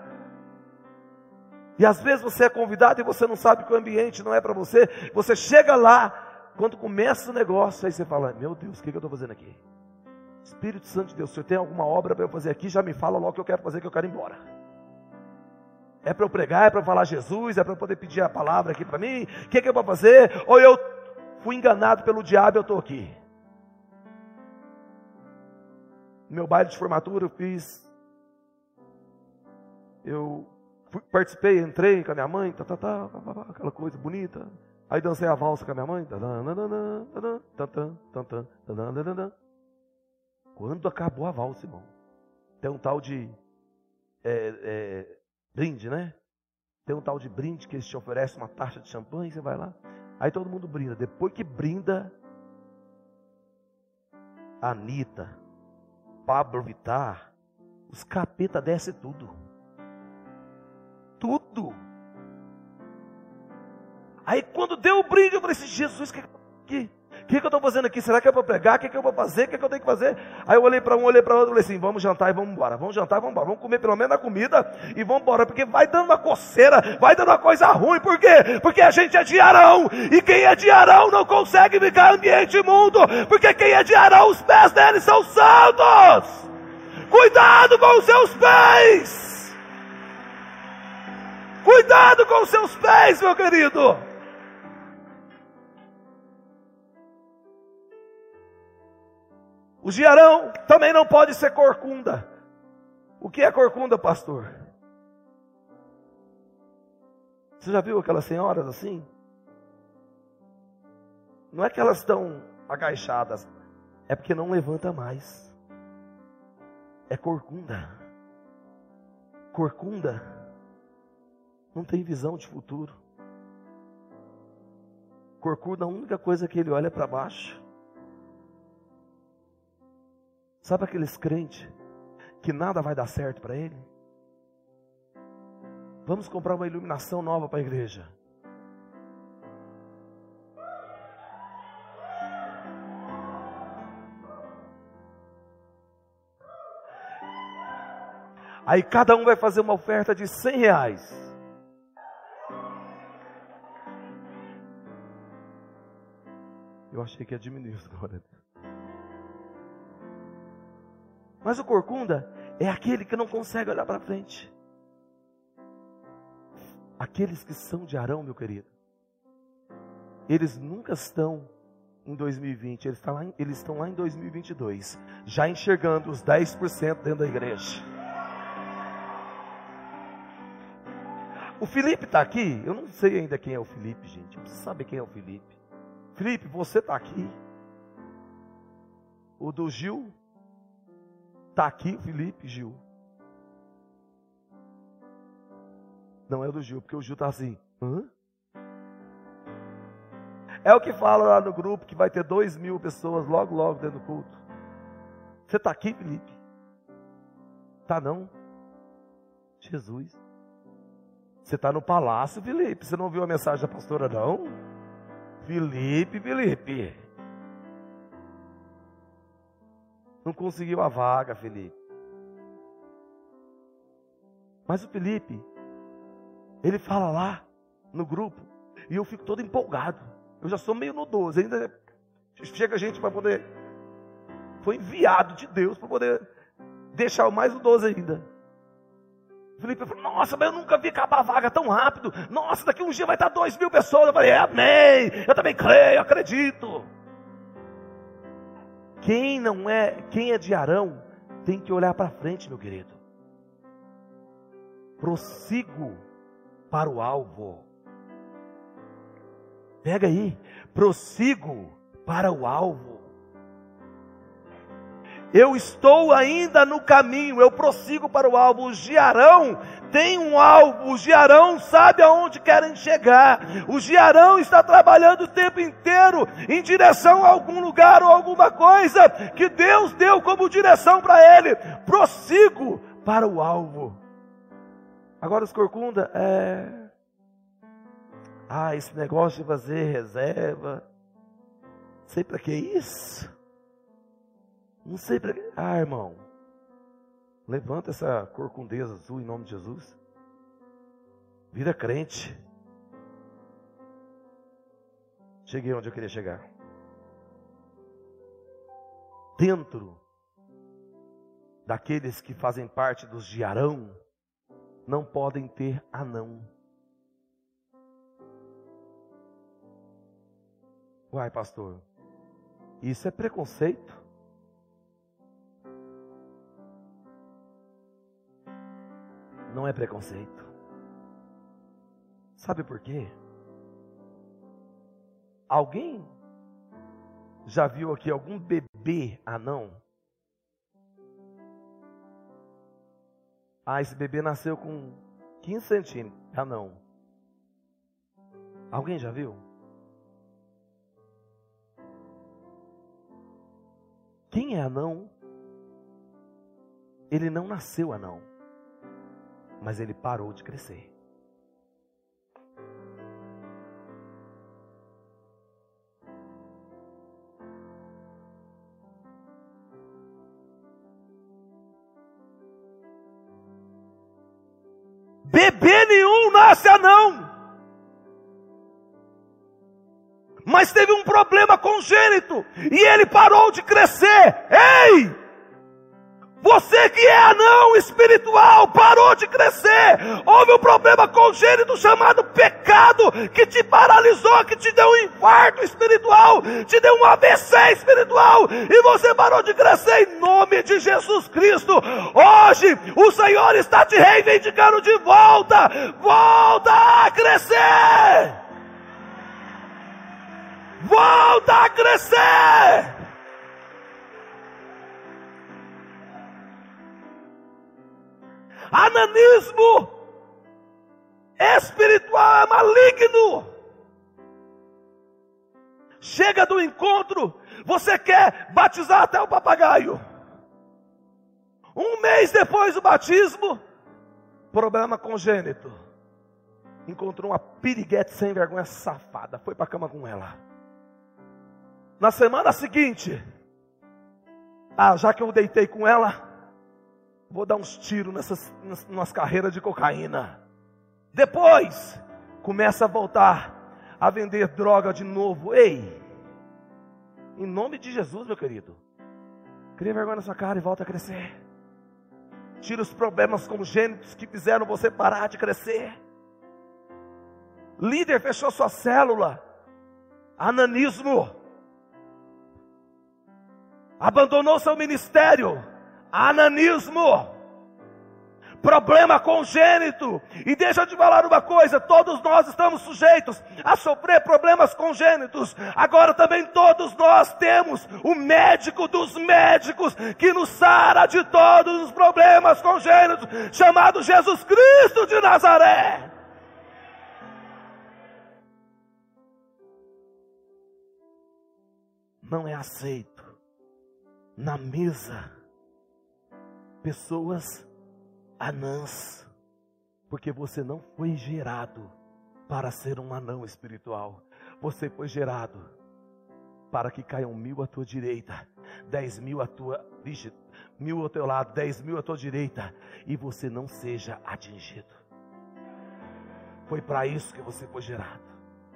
E às vezes você é convidado e você não sabe que o ambiente não é para você. Você chega lá, quando começa o negócio, aí você fala, meu Deus, o que eu estou fazendo aqui? Espírito Santo de Deus, se eu tenho alguma obra para eu fazer aqui, já me fala logo o que eu quero fazer, que eu quero ir embora. É para eu pregar, é para eu falar Jesus, é para eu poder pedir a palavra aqui para mim, o que eu vou fazer? Ou eu fui enganado pelo diabo e eu estou aqui. No meu baile de formatura participei, entrei com a minha mãe, aquela coisa bonita. Aí dancei a valsa com a minha mãe. Quando acabou a valsa, irmão, tem um tal de brinde, né? Tem um tal de brinde que eles te oferecem uma taxa de champanhe, você vai lá. Aí todo mundo brinda. Depois que brinda, Anitta, Pablo Vittar, os capeta desce tudo. Tudo. Aí quando deu o brinde, eu falei assim, Jesus, o que eu estou fazendo aqui? Será que é para pregar? O que eu vou fazer? O que eu tenho que fazer? Aí eu olhei para um, olhei para outro, falei assim, vamos jantar e vamos embora. Vamos jantar e vamos embora. Vamos comer pelo menos a comida e vamos embora. Porque vai dando uma coceira, vai dando uma coisa ruim. Por quê? Porque a gente é de Arão. E quem é de Arão não consegue ficar em ambiente imundo. Porque quem é de Arão, os pés dele são santos. Cuidado com os seus pés. Cuidado com os seus pés, meu querido. O Giarão também não pode ser corcunda. O que é corcunda, pastor? Você já viu aquelas senhoras assim? Não é que elas estão agachadas, é porque não levanta mais. É corcunda. Corcunda não tem visão de futuro. Corcunda, a única coisa que ele olha é para baixo. Sabe aqueles crentes que nada vai dar certo para ele? Vamos comprar uma iluminação nova para a igreja. Aí cada um vai fazer uma oferta de R$100. Eu achei que ia diminuir isso agora. Mas o corcunda é aquele que não consegue olhar para frente. Aqueles que são de Arão, meu querido, eles nunca estão em 2020, eles estão lá em 2022, já enxergando os 10% dentro da igreja. O Felipe está aqui, eu não sei ainda quem é o Felipe, gente, eu preciso saber quem é o Felipe. Felipe, você está aqui? O do Gil? Está aqui o Felipe, Gil? Não é o do Gil, porque o Gil está assim. Hã? É o que fala lá no grupo, que vai ter 2.000 pessoas logo dentro do culto. Você está aqui, Felipe? Tá não? Jesus. Você está no palácio, Felipe. Você não ouviu a mensagem da pastora, não? Felipe. Não conseguiu a vaga, Felipe. Mas o Felipe, ele fala lá no grupo, e eu fico todo empolgado. Eu já sou meio no 12, ainda chega gente para poder... Foi enviado de Deus para poder deixar o mais no 12 ainda. O Felipe falou, nossa, mas eu nunca vi acabar a vaga tão rápido. Nossa, daqui um dia vai estar 2.000 pessoas. Eu falei, amém, eu também creio, acredito. Quem é de Arão, tem que olhar para frente, meu querido. Prossigo para o alvo. Pega aí, prossigo para o alvo. Eu estou ainda no caminho, eu prossigo para o alvo. Os de Arão têm um alvo, os de Arão sabem aonde querem chegar. Os de Arão está trabalhando o tempo inteiro em direção a algum lugar ou alguma coisa que Deus deu como direção para ele. Prossigo para o alvo. Agora os corcunda, esse negócio de fazer reserva, não sei para que isso. Não sei para que. Irmão, levanta essa corcundeza azul em nome de Jesus. Vira crente. Cheguei onde eu queria chegar. Dentro daqueles que fazem parte dos de Arão, não podem ter anão. Uai, pastor, isso é preconceito? Não é preconceito. Sabe por quê? Alguém já viu aqui algum bebê anão? Esse bebê nasceu com 15 centímetros, anão. Alguém já viu? Quem é anão? Ele não nasceu anão, mas ele parou de crescer. Bebê nenhum nasce anão, mas teve um problema congênito e ele parou de crescer. Ei! Você que é anão espiritual, parou de crescer. Houve um problema congênito chamado pecado, que te paralisou, que te deu um infarto espiritual, te deu um AVC espiritual, e você parou de crescer em nome de Jesus Cristo. Hoje, o Senhor está te reivindicando de volta. Volta a crescer. Volta a crescer. Ananismo espiritual é maligno. Chega do encontro, você quer batizar até o papagaio. Um mês depois do batismo, problema congênito. Encontrou uma piriguete sem vergonha safada, foi para a cama com ela. Na semana seguinte, já que eu deitei com ela, vou dar uns tiros nas carreiras de cocaína. Depois, começa a voltar a vender droga de novo. Ei, em nome de Jesus, meu querido, cria vergonha na sua cara e volta a crescer. Tira os problemas congênitos que fizeram você parar de crescer. Líder fechou sua célula. Ananismo. Abandonou seu ministério. Ananismo. Problema congênito. E deixa eu te falar uma coisa, todos nós estamos sujeitos a sofrer problemas congênitos. Agora também todos nós temos o médico dos médicos, que nos sara de todos os problemas congênitos, chamado Jesus Cristo de Nazaré. Não é aceito na mesa pessoas anãs. Porque você não foi gerado para ser um anão espiritual. Você foi gerado para que caiam 1000 à tua direita, 10.000 à tua, 1000 ao teu lado, 10.000 à tua direita, e você não seja atingido. Foi para isso que você foi gerado.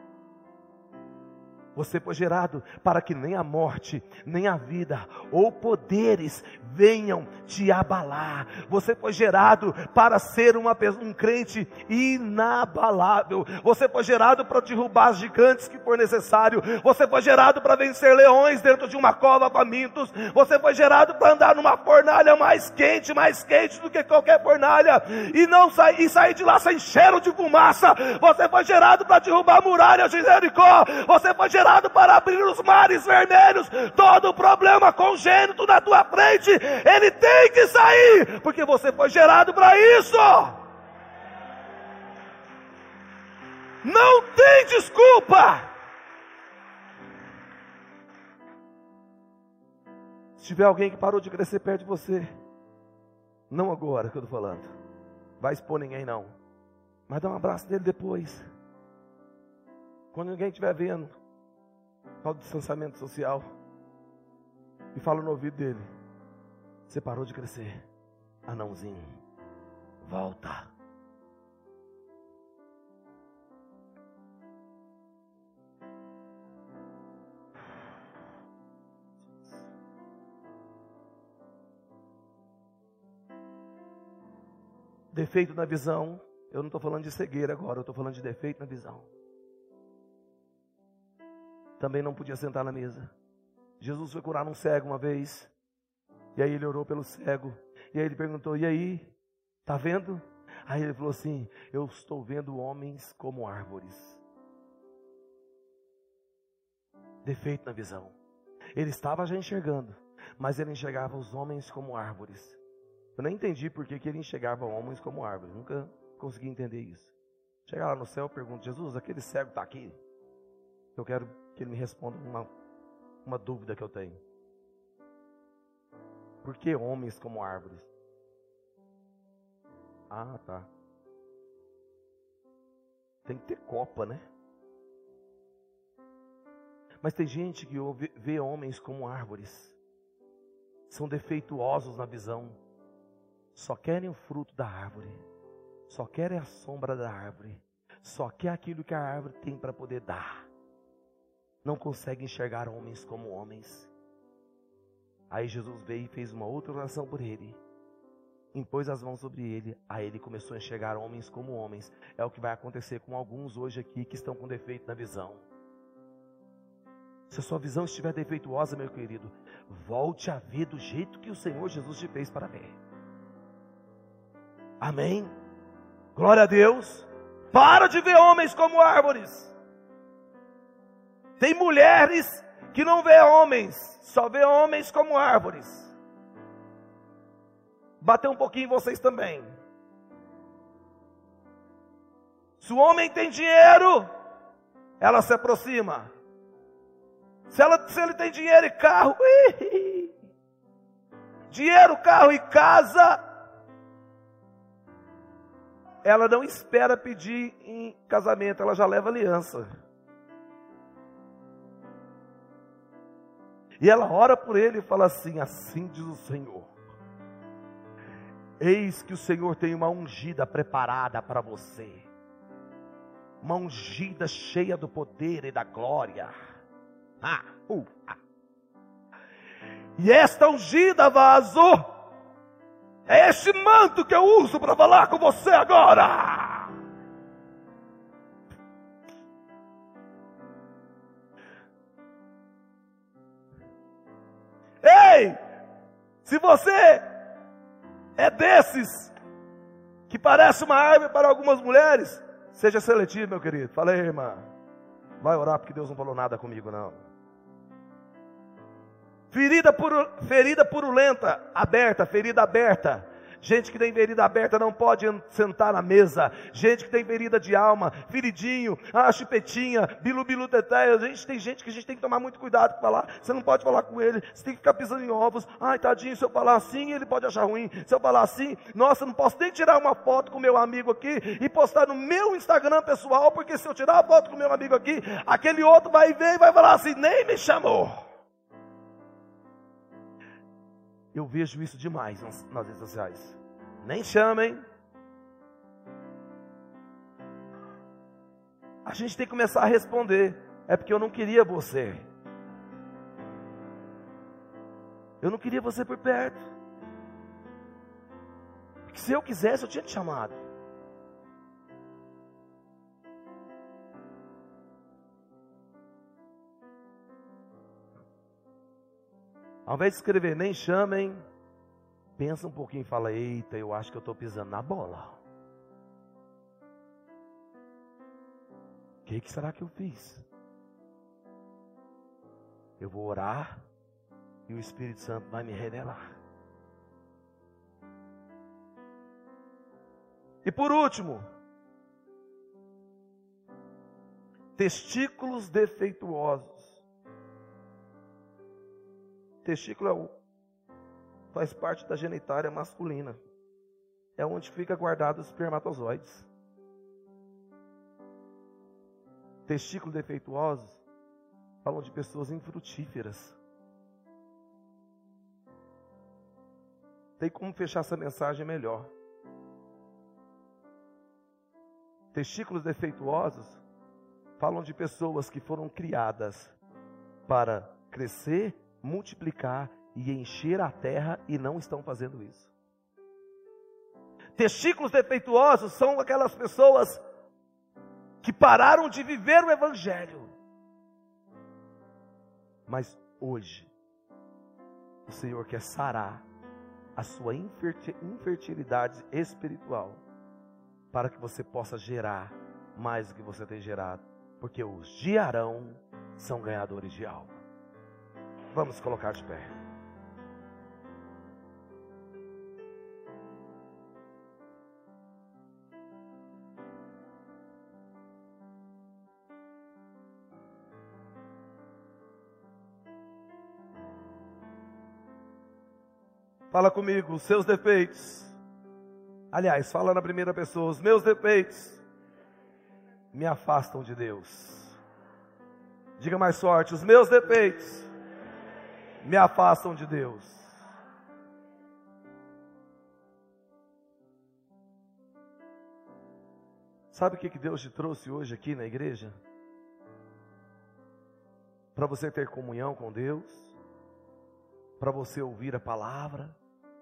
Você foi gerado para que nem a morte, nem a vida, ou poderes venham te abalar. Você foi gerado para ser um crente inabalável. Você foi gerado para derrubar gigantes que for necessário. Você foi gerado para vencer leões dentro de uma cova famintos. Você foi gerado para andar numa fornalha mais quente do que qualquer fornalha, e sair de lá sem cheiro de fumaça. Você foi gerado para derrubar muralhas de Jericó. Você foi gerado para abrir os mares vermelhos. Todo problema congênito na tua frente, ele tem que sair, porque você foi gerado para isso. Não tem desculpa. Se tiver alguém que parou de crescer perto de você, não agora que eu estou falando, vai expor ninguém não, mas dá um abraço nele depois, quando ninguém estiver vendo, ao distanciamento social, e fala no ouvido dele: você parou de crescer, anãozinho, volta. Defeito na visão, eu não estou falando de cegueira agora, eu estou falando de defeito na visão. Também não podia sentar na mesa. Jesus foi curar um cego uma vez, e aí ele orou pelo cego, e aí ele perguntou: e aí, está vendo? Aí ele falou assim: eu estou vendo homens como árvores. Defeito na visão. Ele estava já enxergando, mas ele enxergava os homens como árvores. Eu nem entendi por que ele enxergava homens como árvores, nunca consegui entender isso. Chegar lá no céu, eu pergunto: Jesus, aquele cego está aqui? Eu quero que ele me responda uma dúvida que eu tenho. Por que homens como árvores? Ah, tá. Tem que ter copa, né? Mas tem gente que vê homens como árvores. São defeituosos na visão. Só querem o fruto da árvore. Só querem a sombra da árvore. Só quer aquilo que a árvore tem para poder dar. Não consegue enxergar homens como homens. Aí Jesus veio e fez uma outra oração por ele. Impôs as mãos sobre ele. Aí ele começou a enxergar homens como homens. É o que vai acontecer com alguns hoje aqui que estão com defeito na visão. Se a sua visão estiver defeituosa, meu querido, volte a ver do jeito que o Senhor Jesus te fez para ver. Amém? Glória a Deus. Para de ver homens como árvores. Tem mulheres que não vê homens, só vê homens como árvores. Bateu um pouquinho em vocês também. Se o homem tem dinheiro, ela se aproxima. Se ele tem dinheiro e carro, dinheiro, carro e casa, ela não espera pedir em casamento, ela já leva aliança. E ela ora por ele e fala assim: assim diz o Senhor, eis que o Senhor tem uma ungida preparada para você, uma ungida cheia do poder e da glória. E esta ungida, vaso, é este manto que eu uso para falar com você agora. Ei, se você é desses que parece uma árvore para algumas mulheres, seja seletivo, meu querido. Fala aí, irmã, vai orar porque Deus não falou nada comigo não. Ferida purulenta, aberta, ferida aberta, Gente que tem ferida aberta não pode sentar na mesa. Gente que tem ferida de alma, feridinho, chupetinha, bilu teté. Tem gente que a gente tem que tomar muito cuidado com falar. Você não pode falar com ele, você tem que ficar pisando em ovos. Ai, tadinho, se eu falar assim, ele pode achar ruim. Se eu falar assim, nossa, não posso nem tirar uma foto com meu amigo aqui e postar no meu Instagram pessoal, porque se eu tirar a foto com meu amigo aqui, aquele outro vai ver e vai falar assim, nem me chamou. Eu vejo isso demais nas redes sociais. Nem chamem. A gente tem que começar a responder. É porque eu não queria você. Eu não queria você por perto. Porque se eu quisesse, eu tinha te chamado. Ao invés de escrever, nem chamem, pensa um pouquinho e fala, eita, eu acho que eu estou pisando na bola. O que será que eu fiz? Eu vou orar e o Espírito Santo vai me revelar. E por último, testículos defeituosos. Testículo faz parte da genitália masculina. É onde fica guardado os espermatozoides. Testículos defeituosos falam de pessoas infrutíferas. Tem como fechar essa mensagem melhor. Testículos defeituosos falam de pessoas que foram criadas para crescer, multiplicar e encher a terra e não estão fazendo isso. Testículos defeituosos são aquelas pessoas que pararam de viver o Evangelho. Mas hoje, o Senhor quer sarar a sua infertilidade espiritual, para que você possa gerar mais do que você tem gerado, porque os de Arão são ganhadores de alma. Vamos colocar de pé. Fala comigo, os seus defeitos. Aliás, fala na primeira pessoa, os meus defeitos me afastam de Deus. Diga mais forte, os meus defeitos me afastam de Deus. Sabe o que Deus te trouxe hoje aqui na igreja? Para você ter comunhão com Deus, para você ouvir a palavra,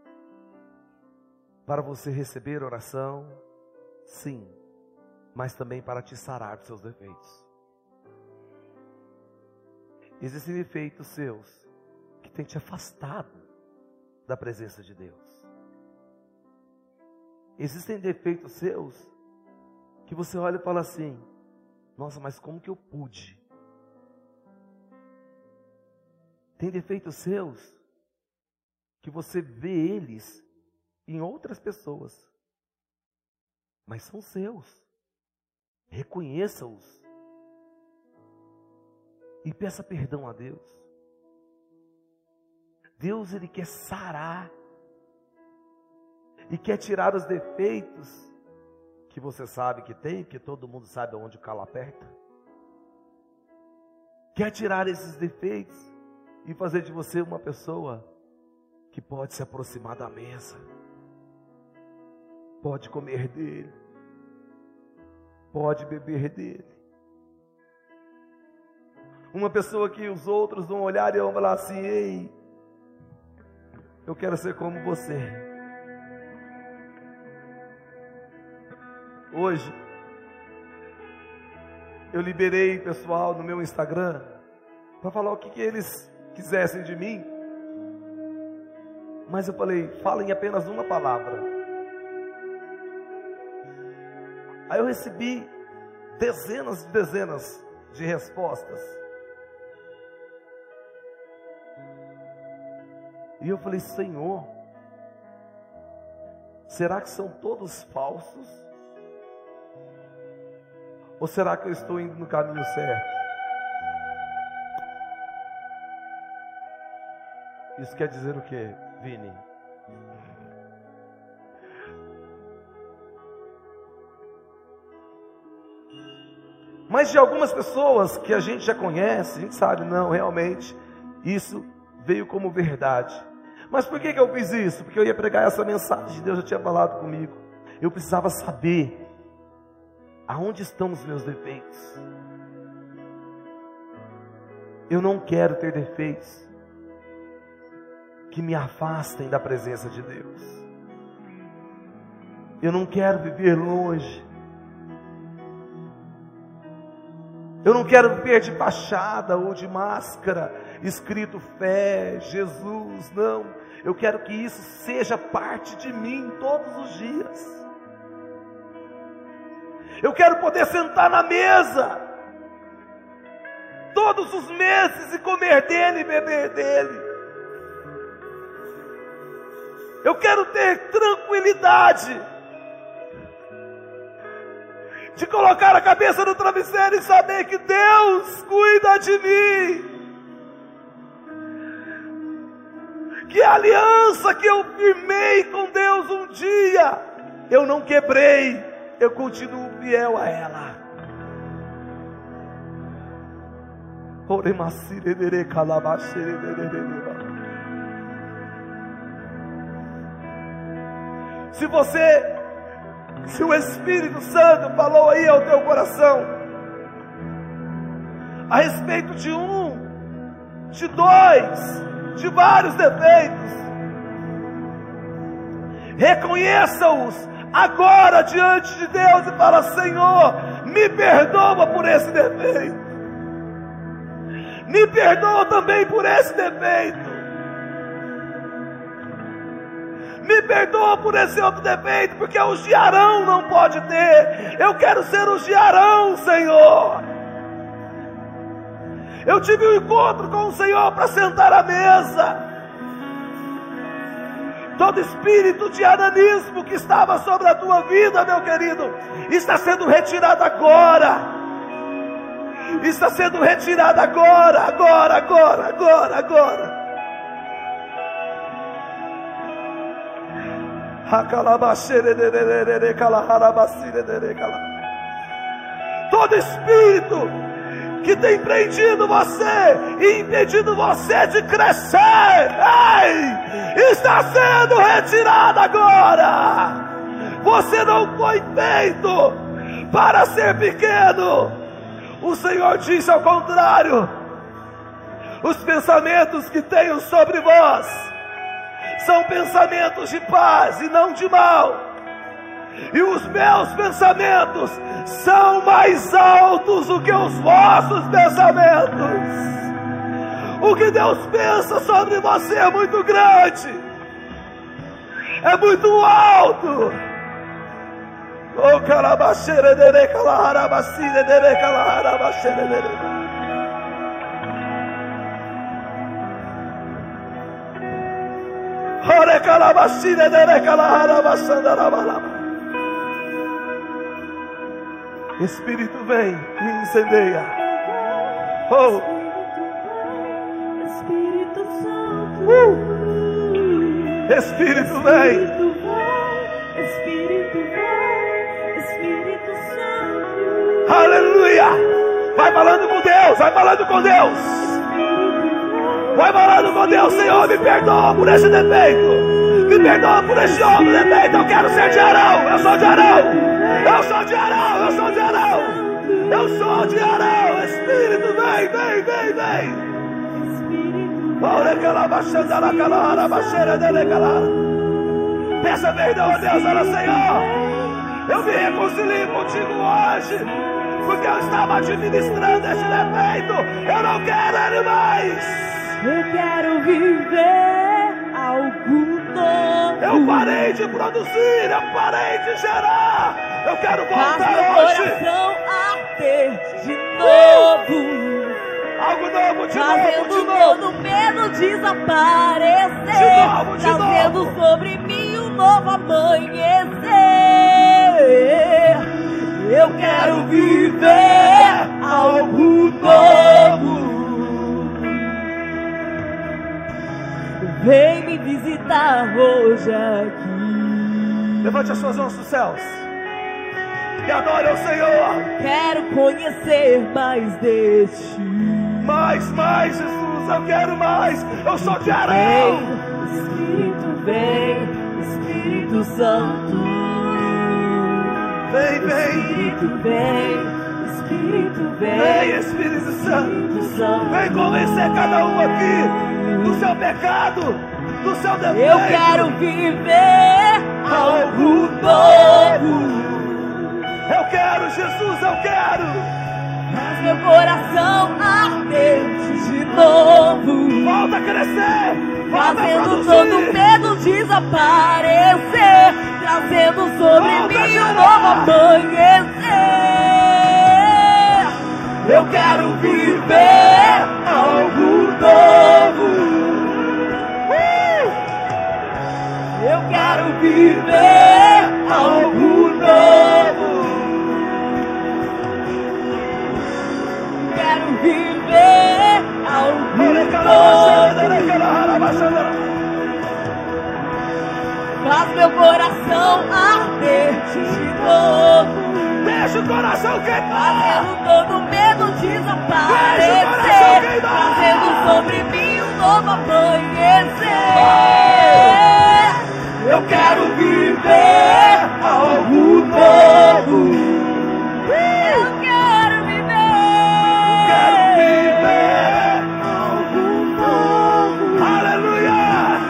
para você receber oração, sim, mas também para te sarar dos seus defeitos. Existem defeitos seus que têm te afastado da presença de Deus. Existem defeitos seus que você olha e fala assim, nossa, mas como que eu pude? Tem defeitos seus que você vê eles em outras pessoas, mas são seus. Reconheça-os e peça perdão a Deus. Deus, Ele quer sarar e quer tirar os defeitos que você sabe que tem, porque todo mundo sabe onde o calo aperta. Quer tirar esses defeitos e fazer de você uma pessoa que pode se aproximar da mesa, pode comer dele, pode beber dele. Uma pessoa que os outros vão olhar e vão falar assim, ei, eu quero ser como você. Hoje, eu liberei pessoal no meu Instagram para falar o que eles quisessem de mim. Mas eu falei, falem apenas uma palavra. Aí eu recebi dezenas de respostas. E eu falei, Senhor, Será que são todos falsos? Ou será que eu estou indo no caminho certo? Isso quer dizer o quê, Vini? Mas de algumas pessoas que a gente já conhece, a gente sabe, não, realmente, isso veio como verdade. Mas por que eu fiz isso? Porque eu ia pregar essa mensagem, Deus já tinha falado comigo. Eu precisava saber aonde estão os meus defeitos. Eu não quero ter defeitos que me afastem da presença de Deus. Eu não quero viver longe. Eu não quero viver de fachada ou de máscara, escrito fé, Jesus, não. Eu quero que isso seja parte de mim todos os dias. Eu quero poder sentar na mesa todos os meses e comer dele e beber dele. Eu quero ter tranquilidade de colocar a cabeça no travesseiro e saber que Deus cuida de mim. Que a aliança que eu firmei com Deus um dia, eu não quebrei, eu continuo fiel a ela. Se o Espírito Santo falou aí ao teu coração a respeito de um, de dois, de vários defeitos, reconheça-os agora diante de Deus e fala: Senhor, me perdoa por esse defeito, me perdoa também por esse defeito, me perdoa por esse outro defeito, porque o de Arão não pode ter. Eu quero ser o de Arão, Senhor. Eu tive um encontro com o Senhor para sentar à mesa. Todo espírito de ananismo que estava sobre a tua vida, meu querido, está sendo retirado agora. Está sendo retirado agora, agora. Todo espírito que tem prendido você e impedido você de crescer, está sendo retirado agora. Você não foi feito para ser pequeno. O Senhor disse ao contrário: os pensamentos que tenho sobre vós são pensamentos de paz e não de mal, e os meus pensamentos são mais altos do que os vossos pensamentos. O que Deus pensa sobre você é muito grande, é muito alto. Oh, calabaxere dere calarabacire dere calarabacere dere. Ore calabacire dere calarabacandarabalaba. Espírito vem e incendeia. Oh, Espírito Santo. Espírito vem. Espírito Santo. Aleluia. Vai falando com Deus, vai falando com Deus. Vai falando com Deus. Senhor, me perdoa por esse defeito. Me perdoa por esse outro defeito. Eu quero ser de Arão. Eu sou de Arão. Eu sou de Arão, eu sou de Arão, eu sou de Arão. Espírito, vem. Peça perdão a Deus, olha, Senhor, eu me reconcilio contigo hoje, porque eu estava administrando esse defeito. Eu não quero ele mais. Eu quero viver algo novo. Eu parei de produzir, eu parei de gerar. Eu quero voltar Faz meu hoje. coração arder de novo. Algo novo, de Fazendo novo. todo medo desaparecer. De novo. Trazendo sobre mim um novo amanhecer. Eu quero viver algo novo. Vem me visitar hoje aqui. Levante as suas mãos dos céus e adore ao Senhor. Quero conhecer mais de ti. Mais, Jesus, eu quero mais. Eu sou de Arão. Espírito vem, Espírito Santo. Vem, Espírito vem, Espírito vem. Vem, Espírito Santo. Vem convencer cada um aqui do seu pecado, do seu defeito. Eu quero viver algo novo. Eu quero, Jesus, eu quero. Faz meu coração arder de novo. Volta a crescer. Volta Fazendo a todo produzir. medo desaparecer. Trazendo sobre Volta, mim um gerar. novo amanhecer. Eu quero viver algo novo. Eu quero viver algo novo. Quero viver algo novo. Faz meu coração arder de novo. Deixa o coração queimar. Fazendo todo medo desaparecer. Deixa o coração queimar. Trazendo sobre mim um novo amanhecer. Eu quero viver algo novo. Eu quero viver. Quero viver algo novo. Aleluia.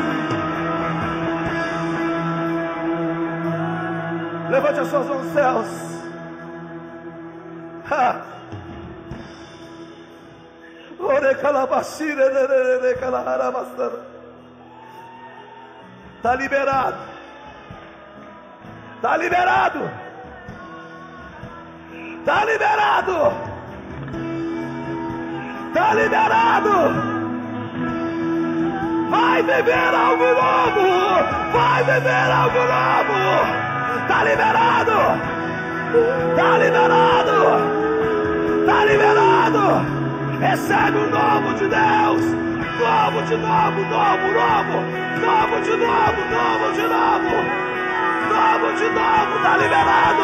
Levante as suas mãos aos céus. Está liberado. Está liberado. Está liberado. Está liberado. Vai viver algo novo. Vai viver algo novo. Está liberado. Está liberado. Está liberado. Recebe o novo de Deus. Novo de novo, novo. Novo de novo, novo de novo. Novo de novo, está liberado.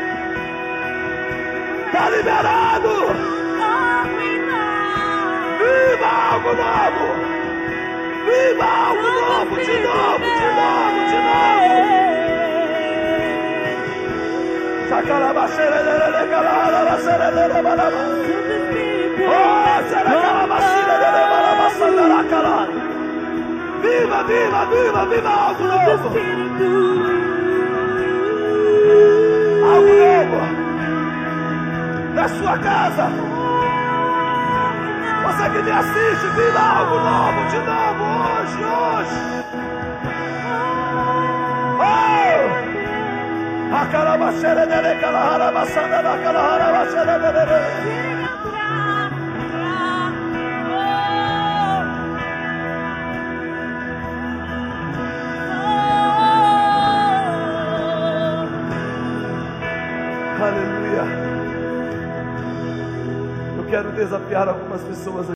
Está liberado. Viva algo novo. Viva algo novo, de novo, de novo, de novo. Viva, viva, viva, viva algo novo. Algo novo na sua casa. Você que me assiste, viva algo novo de novo hoje. A calabaceira dele, calaharabaçanda da calaharabaceira dele. Aleluia. Eu quero desafiar algumas pessoas